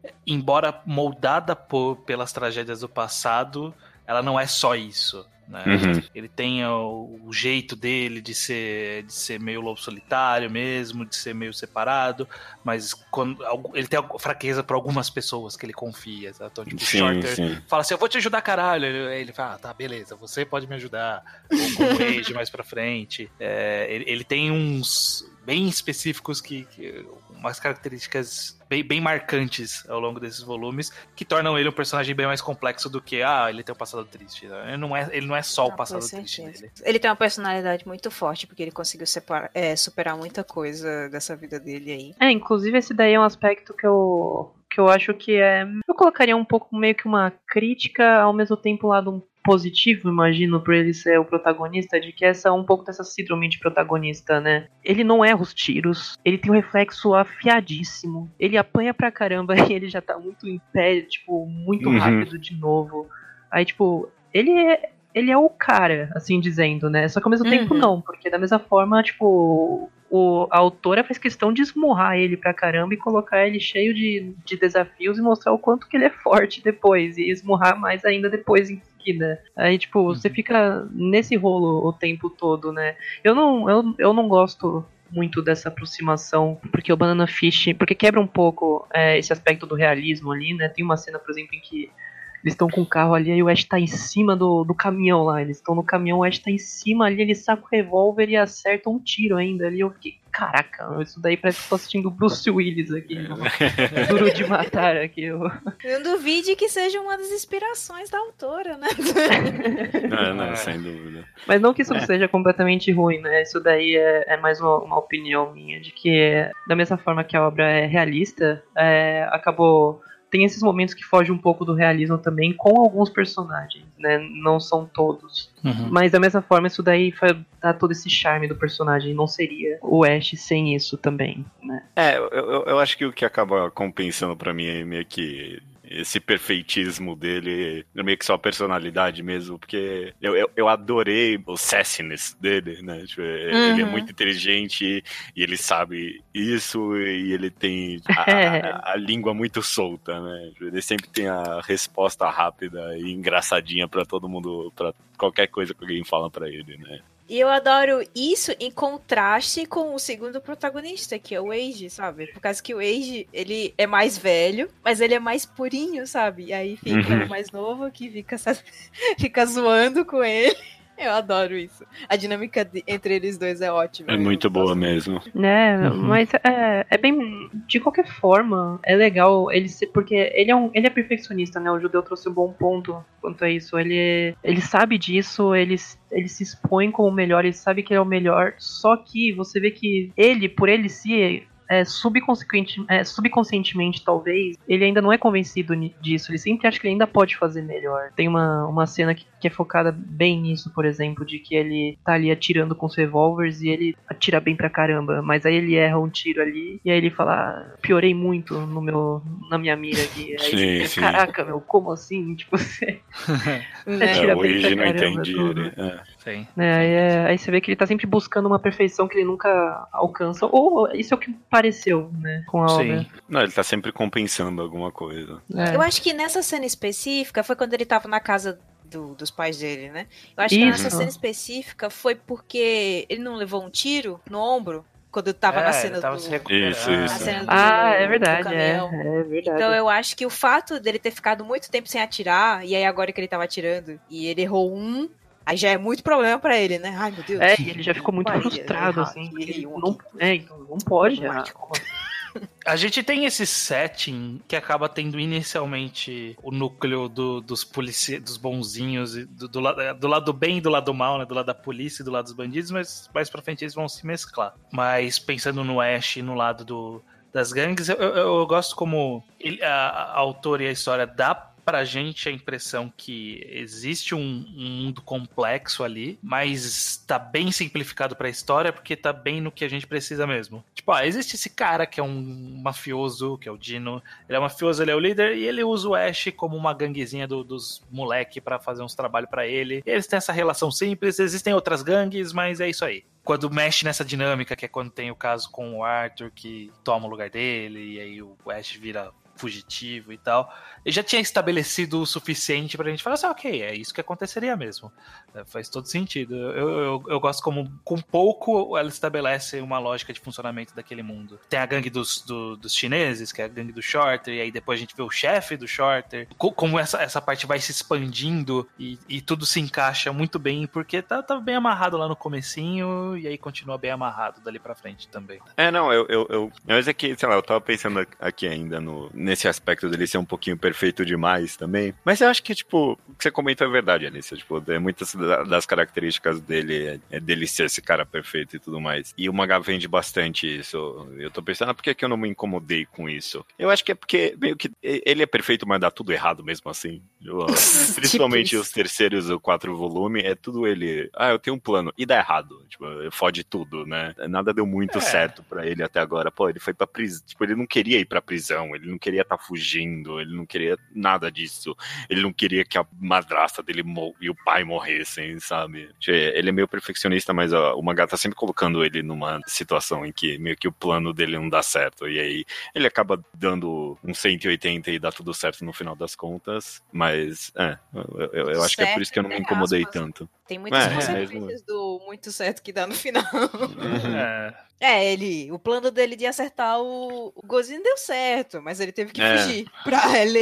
embora moldada por, pelas tragédias do passado, ela não é só isso. Né? Uhum. Ele tem o, o jeito dele de ser, de ser meio lobo solitário mesmo, de ser meio separado, mas quando, ele tem fraqueza por algumas pessoas que ele confia. Sabe? Então, tipo, sim, o Shorter sim. fala assim, eu vou te ajudar, caralho. Ele, ele fala, ah, tá, beleza, você pode me ajudar. Ou como o Age mais pra frente. É, ele, ele tem uns bem específicos, que, que umas características bem, bem marcantes ao longo desses volumes, que tornam ele um personagem bem mais complexo do que, ah, ele tem um passado triste. Né? Ele, não é, ele não é só o passado triste dele. Ele tem uma personalidade muito forte, porque ele conseguiu separar, é, superar muita coisa dessa vida dele aí. É, inclusive esse daí é um aspecto que eu, que eu acho que é... Eu colocaria um pouco meio que uma crítica, ao mesmo tempo um lado positivo, imagino, por ele ser o protagonista, de que essa é um pouco dessa síndrome de protagonista, né? Ele não erra os tiros, ele tem um reflexo afiadíssimo, ele apanha pra caramba e ele já tá muito em pé, tipo, muito uhum. rápido de novo. Aí, tipo, ele é, ele é o cara, assim dizendo, né? Só que ao mesmo uhum. tempo não, porque da mesma forma, tipo... O, a autora faz questão de esmurrar ele pra caramba e colocar ele cheio de, de desafios e mostrar o quanto que ele é forte depois, e esmurrar mais ainda depois em seguida. Aí, tipo, você fica nesse rolo o tempo todo, né? Eu não, eu, eu não gosto muito dessa aproximação, porque o Banana Fish, porque quebra um pouco é, esse aspecto do realismo ali, né? Tem uma cena, por exemplo, em que eles estão com o carro ali, aí o Ash tá em cima do, do caminhão lá. Eles estão no caminhão, o Ash tá em cima ali, ele saca o revólver e acerta um tiro ainda ali. Eu fiquei, caraca, isso daí parece que eu tô assistindo Bruce Willis aqui. Duro de matar aqui. Eu... Não duvide que seja uma das inspirações da autora, né? Não, não, sem dúvida. Mas não que isso é. seja completamente ruim, né? Isso daí é, é mais uma, uma opinião minha, de que da mesma forma que a obra é realista, é, acabou... Tem esses momentos que fogem um pouco do realismo também, com alguns personagens, né? Não são todos. Uhum. Mas da mesma forma, isso daí dá todo esse charme do personagem. Não seria o Ash sem isso também, né? É, eu, eu, eu acho que o que acaba compensando pra mim é meio que esse perfeitismo dele, meio que só a personalidade mesmo, porque eu, eu, eu adorei o sassiness dele, né? Tipo, uhum. Ele é muito inteligente e ele sabe isso, e ele tem a, a, a língua muito solta, né? Ele sempre tem a resposta rápida e engraçadinha pra todo mundo, pra qualquer coisa que alguém fala pra ele, né? E eu adoro isso em contraste com o segundo protagonista, que é o Age, sabe? Por causa que o Age, ele é mais velho, mas ele é mais purinho, sabe? E aí fica uhum. o mais novo que fica, fica zoando com ele. Eu adoro isso. A dinâmica de, entre eles dois é ótima. É muito boa mesmo. É, uhum. mas é, é bem... De qualquer forma, é legal ele ser... Porque ele é, um, ele é perfeccionista, né? O Judeu trouxe um bom ponto quanto a isso. Ele, ele sabe disso, ele, ele se expõe como o melhor, ele sabe que ele é o melhor. Só que você vê que ele, por ele se... É, subconsciente, é, subconscientemente, talvez, ele ainda não é convencido disso. Ele sempre acha que ele ainda pode fazer melhor. Tem uma, uma cena que, que é focada bem nisso, por exemplo, de que ele tá ali atirando com os revólveres e ele atira bem pra caramba, mas aí ele erra um tiro ali e aí ele fala, ah, piorei muito no meu, na minha mira aqui. Aí sim, ele, sim. Caraca, meu, como assim? Tipo, você é, atira o bem pra não caramba. Entendi, Tudo. Né? É. Sim, é, aí, é, aí você vê que ele tá sempre buscando uma perfeição que ele nunca alcança, ou isso é o que pareceu, né, com a Sim. obra. Não, ele tá sempre compensando alguma coisa. É. Eu acho que nessa cena específica foi quando ele tava na casa do, dos pais dele, né? Eu acho Isso. que nessa cena específica foi porque ele não levou um tiro no ombro quando tava é, na cena tava do... Se isso, isso. Cena do, ah, é verdade, do é, é verdade. Então eu acho que o fato dele ter ficado muito tempo sem atirar, e aí agora que ele tava atirando, e ele errou um, aí já é muito problema pra ele, né? Ai, meu Deus. É, e ele já ficou muito Pai, frustrado, errar, assim. ele Ele um não, é, então não pode errar. A gente tem esse setting que acaba tendo inicialmente o núcleo do, dos polici dos bonzinhos, do, do, do lado do bem e do lado do mal, né? Do lado da polícia e do lado dos bandidos, mas mais pra frente eles vão se mesclar. Mas pensando no Ash e no lado do, das gangues, eu, eu, eu gosto como ele, a, a autora e a história dá pra gente a impressão que existe um, um mundo complexo ali, mas tá bem simplificado pra história, porque tá bem no que a gente precisa mesmo. Tipo, ah, existe esse cara que é um mafioso, que é o Dino, ele é um mafioso, ele é o líder, e ele usa o Ash como uma ganguezinha do, dos moleque pra fazer uns trabalhos pra ele. Eles têm essa relação simples, existem outras gangues, mas é isso aí. Quando mexe nessa dinâmica, que é quando tem o caso com o Arthur, que toma o lugar dele, e aí o Ash vira fugitivo e tal, ele já tinha estabelecido o suficiente pra gente falar assim, ok, é isso que aconteceria mesmo. É, faz todo sentido. Eu, eu, eu gosto como, com pouco, ela estabelece uma lógica de funcionamento daquele mundo. Tem a gangue dos, do, dos chineses, que é a gangue do Shorter, e aí depois a gente vê o chefe do Shorter, como essa, essa parte vai se expandindo e, e tudo se encaixa muito bem, porque tá, tá bem amarrado lá no comecinho, e aí continua bem amarrado dali pra frente também. É, não, eu... eu, eu mas é que, sei lá, eu tava pensando aqui ainda no... nesse aspecto dele ser um pouquinho perfeito demais também. Mas eu acho que, tipo, o que você comentou é verdade, Alicia. Tipo, é muitas das características dele é, é dele ser esse cara perfeito e tudo mais. E o mangá vende bastante isso. Eu tô pensando, ah, por que, que eu não me incomodei com isso? Eu acho que é porque meio que ele é perfeito, mas dá tudo errado mesmo assim. Eu, principalmente tipo os terceiros ou quatro volumes, é tudo ele. Ah, eu tenho um plano. E dá errado. Tipo, fode tudo, né? Nada deu muito é. certo pra ele até agora. Pô, ele foi pra prisão. Tipo, ele não queria ir pra prisão. Ele não queria estar tá fugindo, ele não queria nada disso, ele não queria que a madrasta dele e o pai morressem, sabe? Ele é meio perfeccionista, mas ó, o mangá tá sempre colocando ele numa situação em que meio que o plano dele não dá certo, e aí ele acaba dando um cento e oitenta e dá tudo certo no final das contas, mas é, eu, eu, eu acho que é por isso que eu não me incomodei tanto. Tem muitas é, consequências é do muito certo que dá no final. Uhum. É. É, ele, o plano dele de acertar o, o Gozinho deu certo, mas ele teve que é. fugir pra L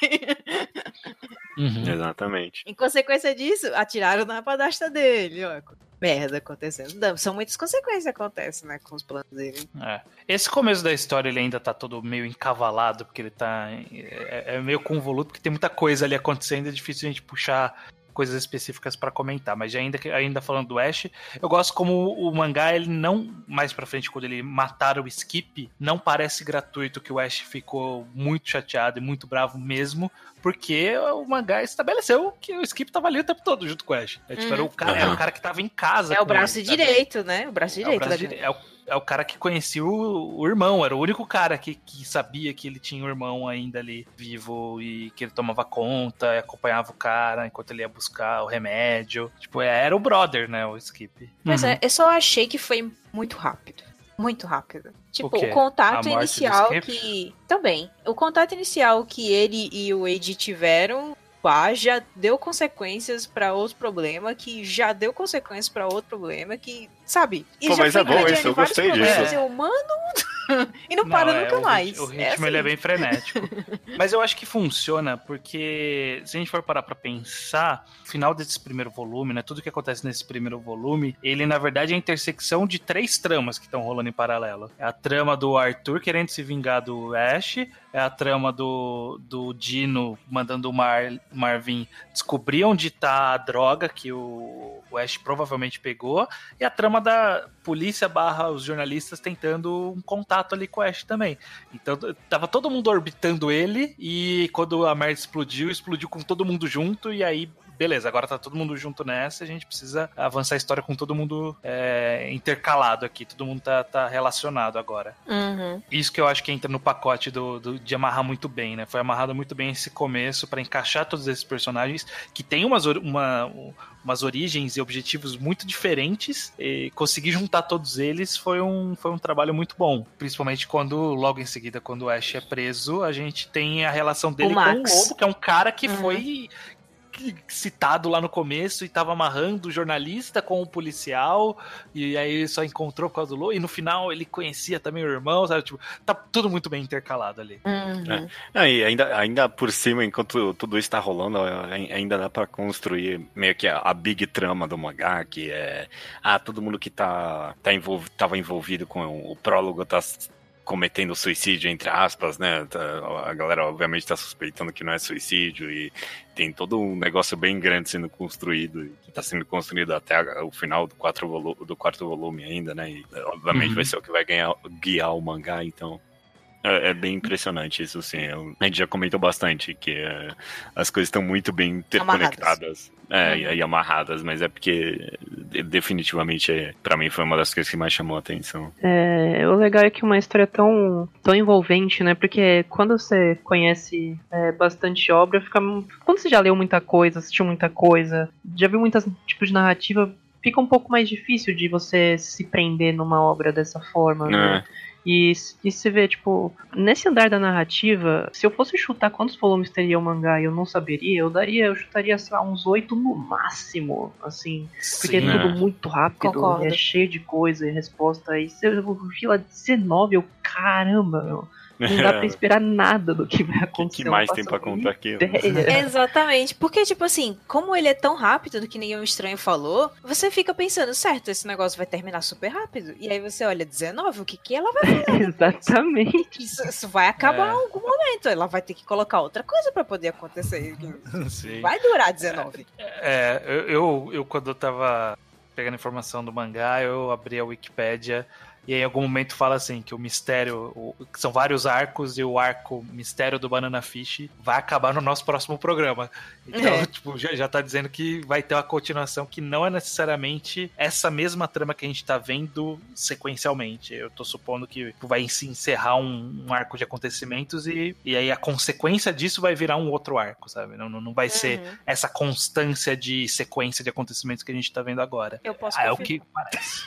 A. Uhum. Exatamente. Em consequência disso, atiraram na padastra dele, ó. Merda acontecendo. Não, são muitas consequências que acontecem, né, com os planos dele. É. Esse começo da história, ele ainda tá todo meio encavalado, porque ele tá... É, é meio convoluto, porque tem muita coisa ali acontecendo, é difícil a gente puxar coisas específicas pra comentar, mas ainda, ainda falando do Ash, eu gosto como o mangá, ele não, mais pra frente, quando ele matar o Skip, não parece gratuito que o Ash ficou muito chateado e muito bravo mesmo, porque o mangá estabeleceu que o Skip tava ali o tempo todo junto com o Ash. É, tipo, uhum. era, o cara, uhum. era o cara que tava em casa. É o braço ele, direito, sabe? Né? O braço direito. É o, braço dire... é, o, é o cara que conhecia o, o irmão, era o único cara que, que sabia que ele tinha um irmão ainda ali vivo e que ele tomava conta, acompanhava o cara enquanto ele ia buscar o remédio. Tipo, era o brother, né, o Skip. Mas uhum. é, eu só achei que foi muito rápido. Muito rápido. Tipo, o, o contato inicial que... Também. O contato inicial que ele e o Eiji tiveram, pá, já deu consequências pra outro problema, que já deu consequências pra outro problema, que, sabe? E Pô, já mas é bom isso, eu gostei disso. É. Humano... e não, não para é, nunca o mais. Ritmo, o ritmo é assim. ele é bem frenético. Mas eu acho que funciona porque, se a gente for parar pra pensar, no final desse primeiro volume, né, tudo que acontece nesse primeiro volume, ele na verdade é a intersecção de três tramas que estão rolando em paralelo. É a trama do Arthur querendo se vingar do Ash, é a trama do, do Dino mandando o Mar, Marvin descobrir onde tá a droga que o, o Ash provavelmente pegou, e a trama da polícia barra os jornalistas tentando um contato ali com o Ash também. Então tava todo mundo orbitando ele, e quando a merda explodiu, explodiu com todo mundo junto, e aí beleza, agora tá todo mundo junto nessa, a gente precisa avançar a história com todo mundo é, intercalado aqui, todo mundo tá, tá relacionado agora. Uhum. Isso que eu acho que entra no pacote do, do, de amarrar muito bem, né? Foi amarrado muito bem esse começo pra encaixar todos esses personagens que tem umas, uma, umas origens e objetivos muito diferentes, e conseguir juntar todos eles foi um, foi um trabalho muito bom. Principalmente quando, logo em seguida, quando o Ash é preso, a gente tem a relação dele o com Max. o Lobo, que é um cara que uhum. foi... citado lá no começo e tava amarrando o jornalista com o policial, e aí ele só encontrou por causa do Lobo, e no final ele conhecia também o irmão, sabe? Tipo, tá tudo muito bem intercalado ali. Uhum. É. E ainda, ainda por cima, enquanto tudo isso tá rolando, ainda dá pra construir meio que a, a big trama do mangá, que é ah, todo mundo que tá, tá envolv, tava envolvido com o prólogo tá cometendo suicídio, entre aspas, né? A galera obviamente tá suspeitando que não é suicídio, e tem todo um negócio bem grande sendo construído, que tá sendo construído até o final do, quatro volu- do quarto volume ainda, né? E obviamente uhum. vai ser o que vai ganhar, guiar o mangá, então É, é bem impressionante isso, sim. Eu, a gente já comentou bastante que é, as coisas estão muito bem interconectadas. É, uhum. e, e amarradas, mas é porque definitivamente, é, pra mim, foi uma das coisas que mais chamou a atenção. É, o legal é que uma história tão, tão envolvente, né? Porque quando você conhece é, bastante obra, fica. Quando você já leu muita coisa, assistiu muita coisa, já viu muitos tipos de narrativa, fica um pouco mais difícil de você se prender numa obra dessa forma, é. né? E, e você vê, tipo, nesse andar da narrativa, se eu fosse chutar quantos volumes teria o mangá e eu não saberia, eu daria, eu chutaria, sei lá, uns oito no máximo, assim, porque Sim, é tudo muito rápido, Concordo. é cheio de coisa e resposta, aí você vi lá dezenove, eu, caramba, meu. Não dá pra esperar nada do que vai acontecer. O que mais tem pra contar aqui? Exatamente. Porque, tipo assim, como ele é tão rápido do que nenhum estranho falou, você fica pensando, certo, esse negócio vai terminar super rápido. E aí você olha, dezenove, o que que ela vai fazer? Exatamente. Isso, isso vai acabar é. em algum momento. Ela vai ter que colocar outra coisa pra poder acontecer. Sim. Vai durar dezenove. É, eu, eu, eu quando eu tava pegando informação do mangá, eu abri a Wikipédia. E aí, em algum momento fala assim, que o mistério, o, que são vários arcos, e o arco mistério do Banana Fish vai acabar no nosso próximo programa. Então, é. tipo, já, já tá dizendo que vai ter uma continuação que não é necessariamente essa mesma trama que a gente tá vendo sequencialmente. Eu tô supondo que vai se encerrar um, um arco de acontecimentos e, e aí a consequência disso vai virar um outro arco, sabe? Não, não vai uhum. ser essa constância de sequência de acontecimentos que a gente tá vendo agora. Eu posso ah, é o que parece.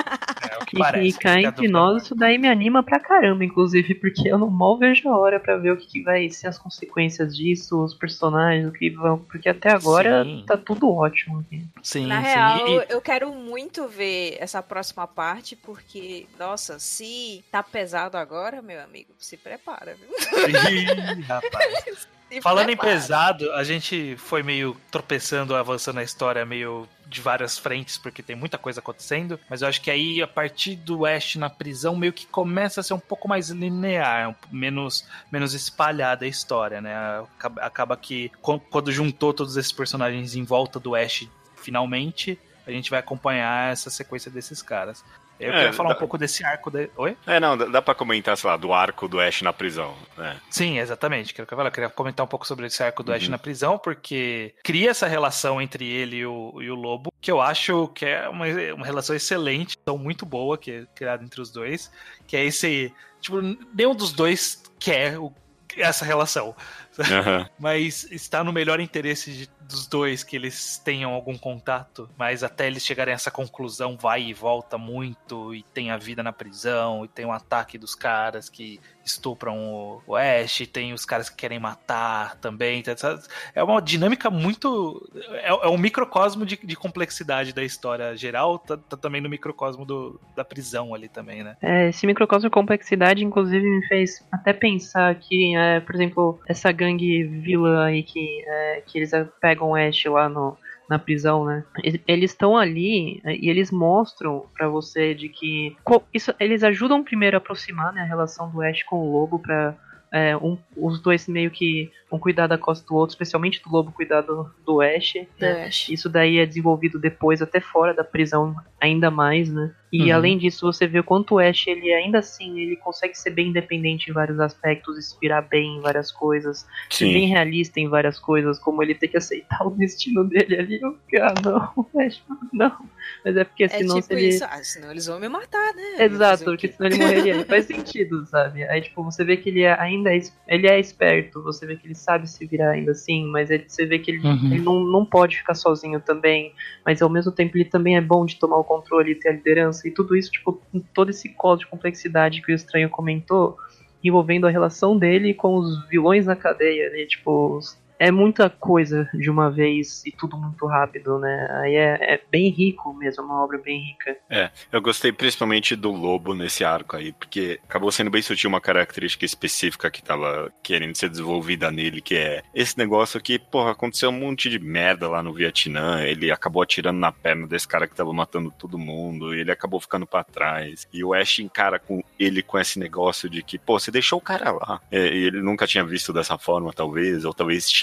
É o que parece. Cá entre nós, isso daí me anima pra caramba, inclusive, porque eu não mal vejo a hora pra ver o que, que vai ser as consequências disso, os personagens, o que vão. Porque até agora sim. tá tudo ótimo aqui. Sim, Na sim. real, E... eu quero muito ver essa próxima parte, porque, nossa, se tá pesado agora, meu amigo, se prepara, viu? Ih, rapaz. Falando em pesado, a gente foi meio tropeçando, avançando na história meio de várias frentes, porque tem muita coisa acontecendo, mas eu acho que aí, a partir do Ash na prisão, meio que começa a ser um pouco mais linear, um, menos, menos espalhada a história, né? Acaba, acaba que, quando juntou todos esses personagens em volta do Ash, finalmente, a gente vai acompanhar essa sequência desses caras. Eu é, queria falar dá... um pouco desse arco. De... Oi? É, não, dá, dá pra comentar, sei lá, do arco do Ash na prisão. Né? Sim, exatamente. Quero que eu, falar. eu queria comentar um pouco sobre esse arco do uhum. Ash na prisão, porque cria essa relação entre ele e o, e o Lobo, que eu acho que é uma, uma relação excelente, tão muito boa, que é criada entre os dois, que é esse... Tipo, nenhum dos dois quer o, essa relação. Uhum. Mas está no melhor interesse de, dos dois que eles tenham algum contato, mas até eles chegarem a essa conclusão vai e volta muito, e tem a vida na prisão, e tem o ataque dos caras que estupram o, o Ash, e tem os caras que querem matar também. É uma dinâmica muito... É, é um microcosmo de, de complexidade da história geral, tá, tá também no microcosmo do, da prisão ali também, né? É, esse microcosmo de complexidade, inclusive, me fez até pensar que, é, por exemplo, essa gangue vilã aí que, é, que eles pegam o Ash lá no, na prisão, né? Eles estão ali e eles mostram pra você de que... Isso, eles ajudam primeiro a aproximar, né, a relação do Ash com o Lobo pra... É, um, os dois meio que um cuidar da costa do outro, especialmente do Lobo cuidar do, do Ash, né? Ash. Isso daí é desenvolvido depois, até fora da prisão, ainda mais, né? E uhum. além disso, você vê o quanto o Ash, ele ainda assim, ele consegue ser bem independente em vários aspectos, inspirar bem em várias coisas, Sim. ser bem realista em várias coisas, como ele ter que aceitar o destino dele ali. Eu, ah, não, Ash, não. Mas é porque é senão tipo se ele... isso, ah, senão eles vão me matar, né? Exato, porque senão ele morreria. Faz sentido, sabe? Aí, tipo, você vê que ele é, ainda é, ele é esperto, você vê que ele sabe se virar ainda assim, mas ele, você vê que ele, uhum. ele não, não pode ficar sozinho também, mas ao mesmo tempo ele também é bom de tomar o controle e ter a liderança, e tudo isso, tipo, todo esse colo de complexidade que o Estranho comentou, envolvendo a relação dele com os vilões na cadeia, né? Tipo, é muita coisa de uma vez e tudo muito rápido, né? Aí é, é bem rico mesmo, uma obra bem rica. É, eu gostei principalmente do Lobo nesse arco aí, porque acabou sendo bem sutil uma característica específica que tava querendo ser desenvolvida nele, que é esse negócio que, porra, aconteceu um monte de merda lá no Vietnã, ele acabou atirando na perna desse cara que tava matando todo mundo, ele acabou ficando pra trás, e o Ash encara com ele com esse negócio de que, pô, você deixou o cara lá. É, e ele nunca tinha visto dessa forma, talvez, ou talvez tinha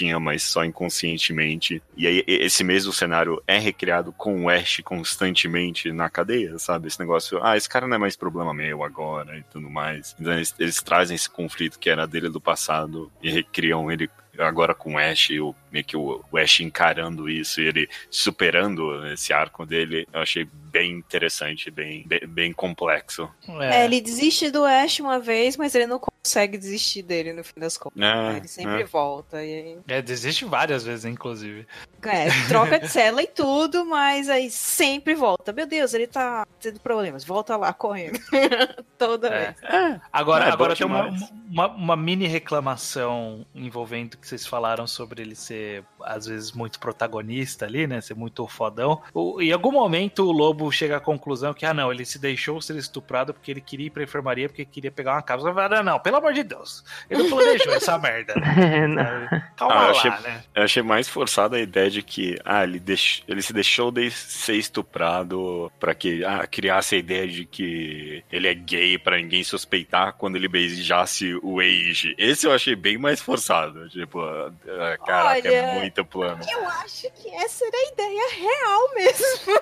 tinha, mas só inconscientemente. E aí esse mesmo cenário é recriado com o Ash constantemente na cadeia, sabe? Esse negócio, ah, esse cara não é mais problema meu agora e tudo mais. Então eles, eles trazem esse conflito que era dele do passado e recriam ele agora com o Ash, o, meio que o, o Ash encarando isso e ele superando esse arco dele. Eu achei bem interessante, bem, bem, bem complexo. É. é, ele desiste do Ash uma vez, mas ele não consegue desistir dele no fim das contas. É, ele sempre é. volta. E aí... É, desiste várias vezes, inclusive. É, troca de cela e tudo, mas aí sempre volta. Meu Deus, ele tá tendo problemas. Volta lá, correndo. Toda é. vez. É. Agora, é, agora tem uma, uma, uma mini reclamação envolvendo o que vocês falaram sobre ele ser, às vezes, muito protagonista ali, né? Ser muito fodão. O, em algum momento o Lobo chega à conclusão que, ah, não, ele se deixou ser estuprado porque ele queria ir pra enfermaria, porque queria pegar uma casa. Não, não, pelo amor de Deus. Ele não planejou essa merda. Calma ah, eu lá, achei, né? Eu achei mais forçada a ideia de que, ah, ele, deix, ele se deixou de ser estuprado pra que, ah, criasse a ideia de que ele é gay pra ninguém suspeitar quando ele beijasse o Age. Esse eu achei bem mais forçado. Tipo, caraca, Olha, é muito plano. Eu acho que essa era a ideia real mesmo.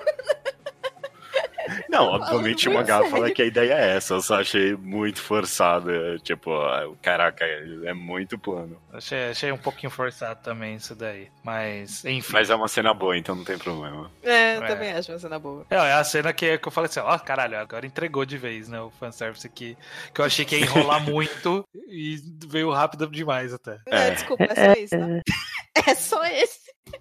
Não, obviamente o mangá fala que a ideia é essa, eu só achei muito forçada, tipo, caraca, é muito plano. Achei, achei um pouquinho forçado também isso daí, mas enfim. Mas é uma cena boa, então não tem problema. É, eu é. também acho uma cena boa. É, é a cena que, que eu falei assim, ó, oh, caralho, agora entregou de vez, né, o fanservice aqui, que eu achei que ia enrolar muito e veio rápido demais até. Não, é. desculpa, é só isso, tá? É só esse.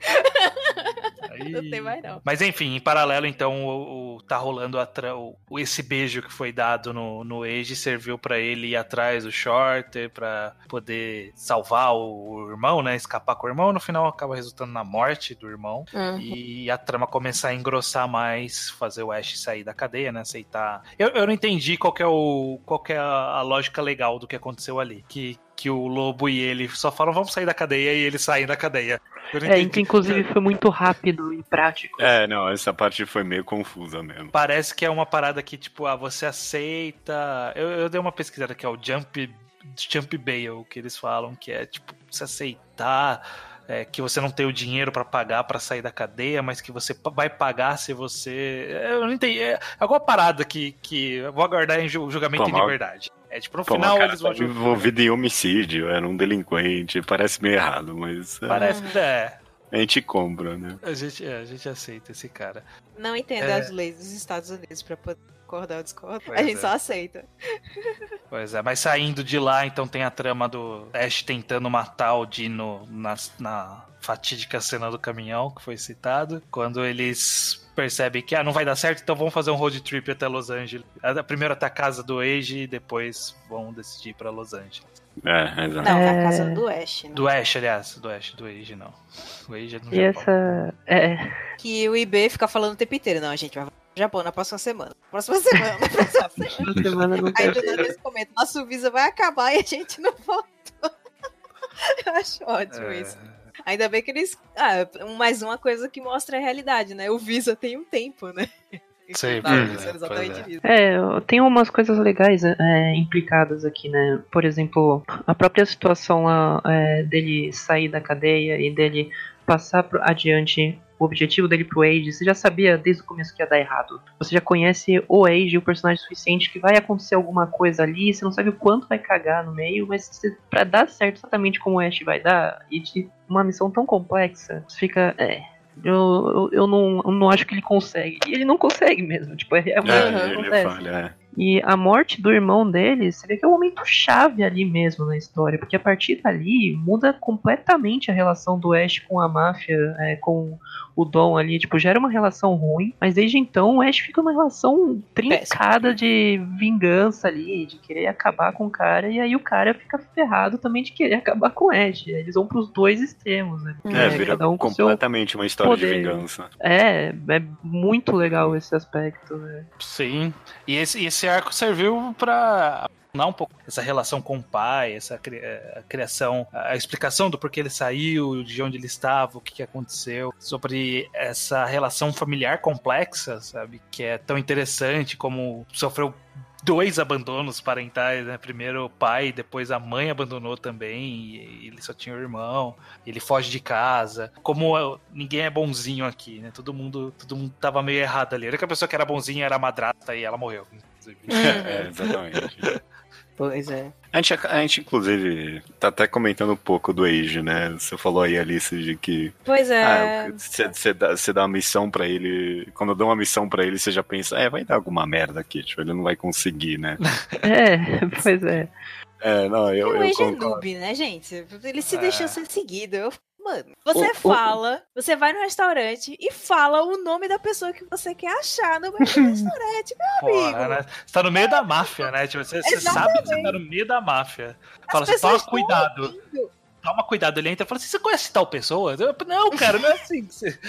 Aí... Não tem mais não. Mas enfim, em paralelo então o, o, tá rolando a tra... o, esse beijo que foi dado no, no Age serviu pra ele ir atrás do Shorter pra poder salvar o, o irmão, né, escapar com o irmão. No final acaba resultando na morte do irmão. Uhum. E a trama começar a engrossar mais, fazer o Ash sair da cadeia, né, aceitar. Eu, eu não entendi qual que é, o, qual que é a, a lógica legal do que aconteceu ali, que que o Lobo e ele só falam vamos sair da cadeia e eles saem da cadeia. É, inclusive foi muito rápido e prático. É, não, essa parte foi meio confusa mesmo. Parece que é uma parada que, tipo, ah, você aceita... Eu, eu dei uma pesquisada que é o Jump, jump Bail, que eles falam, que é, tipo, você aceitar... É, que você não tem o dinheiro pra pagar pra sair da cadeia, mas que você vai pagar se você... Eu não entendi. É alguma parada que, que eu vou aguardar em julgamento Pô, de verdade. É tipo, no Pô, final cara, eles vão... Tá envolvido em homicídio, era um delinquente, parece meio errado, mas... Parece, é... A gente compra, né? A gente, é, a gente aceita esse cara. Não entendo é... as leis dos Estados Unidos pra poder concordar ou discordar. Pois a gente é. só aceita. Pois é, mas saindo de lá, então tem a trama do Ash tentando matar o Dino na, na fatídica cena do caminhão, que foi citado. Quando eles percebem que ah, não vai dar certo, então vamos fazer um road trip até Los Angeles. Primeiro até a casa do Age e depois vão decidir ir pra Los Angeles. É, exato. Não, é a casa do Ash, né? Do Ash, aliás, do Ash, do Age não. O Age é no e Japão. Essa... É... Que o I B fica falando o tempo inteiro. Não, a gente vai pro Japão na próxima semana. Próxima semana, na próxima semana. semana não Aí do nada eles comentam, nosso visa vai acabar e a gente não voltou. Eu acho ótimo é... isso. Ainda bem que eles... Ah, mais uma coisa que mostra a realidade, né? O visa tem um tempo, né? Sei, tá, é. é, tem umas coisas legais é, implicadas aqui, né? Por exemplo, a própria situação lá é, dele sair da cadeia e dele passar pro, adiante o objetivo dele pro Age. Você já sabia desde o começo que ia dar errado. Você já conhece o Age, o personagem suficiente, que vai acontecer alguma coisa ali, você não sabe o quanto vai cagar no meio, mas você, pra dar certo exatamente como o Ash vai dar, e de uma missão tão complexa, você fica... É, Eu, eu, eu, não, eu não acho que ele consegue. E ele não consegue mesmo. Tipo, é, é, é, ele falha, é. E a morte do irmão dele, você vê que é um momento chave ali mesmo na história. Porque a partir dali muda completamente a relação do Ash com a máfia, é, com o Dom ali. Tipo, já era uma relação ruim. Mas desde então o Ash fica numa relação trincada de vingança ali, de querer acabar com o cara. E aí o cara fica ferrado também de querer acabar com o Ash. Eles vão pros dois extremos, né? É, é vira um completamente uma história poder. de vingança. É, é muito legal esse aspecto, né? Sim. E esse, esse arco serviu pra não um pouco essa relação com o pai, essa a criação, a explicação do porquê ele saiu, de onde ele estava, o que, que aconteceu, sobre essa relação familiar complexa, sabe, que é tão interessante, como sofreu dois abandonos parentais, né? Primeiro o pai, depois a mãe abandonou também, e ele só tinha o irmão, ele foge de casa. Como ninguém é bonzinho aqui, né? Todo mundo, todo mundo tava meio errado ali. A única pessoa que era bonzinha era a madrasta e ela morreu. É, exatamente. Pois é. A gente, a gente, inclusive, tá até comentando um pouco do Age, né? Você falou aí, Alice, de que... Pois é. Você ah, dá, dá uma missão pra ele... Quando eu dou uma missão pra ele, você já pensa, é, vai dar alguma merda aqui, tipo, ele não vai conseguir, né? É, pois é. É, não, eu... O eu Age é concordo. noob, né, gente? Ele se É. deixou ser seguido. Eu... Mano, você O- o- fala, você vai no restaurante e fala o nome da pessoa que você quer achar no meio do restaurante, meu amigo. Porra, né? Você tá no meio da máfia, né? Tipo, você, você sabe que você tá no meio da máfia. Fala assim, toma pessoas estão cuidado. ouvindo. Toma cuidado, ele entra e fala assim, você conhece tal pessoa? Eu, não, cara, não é assim que você...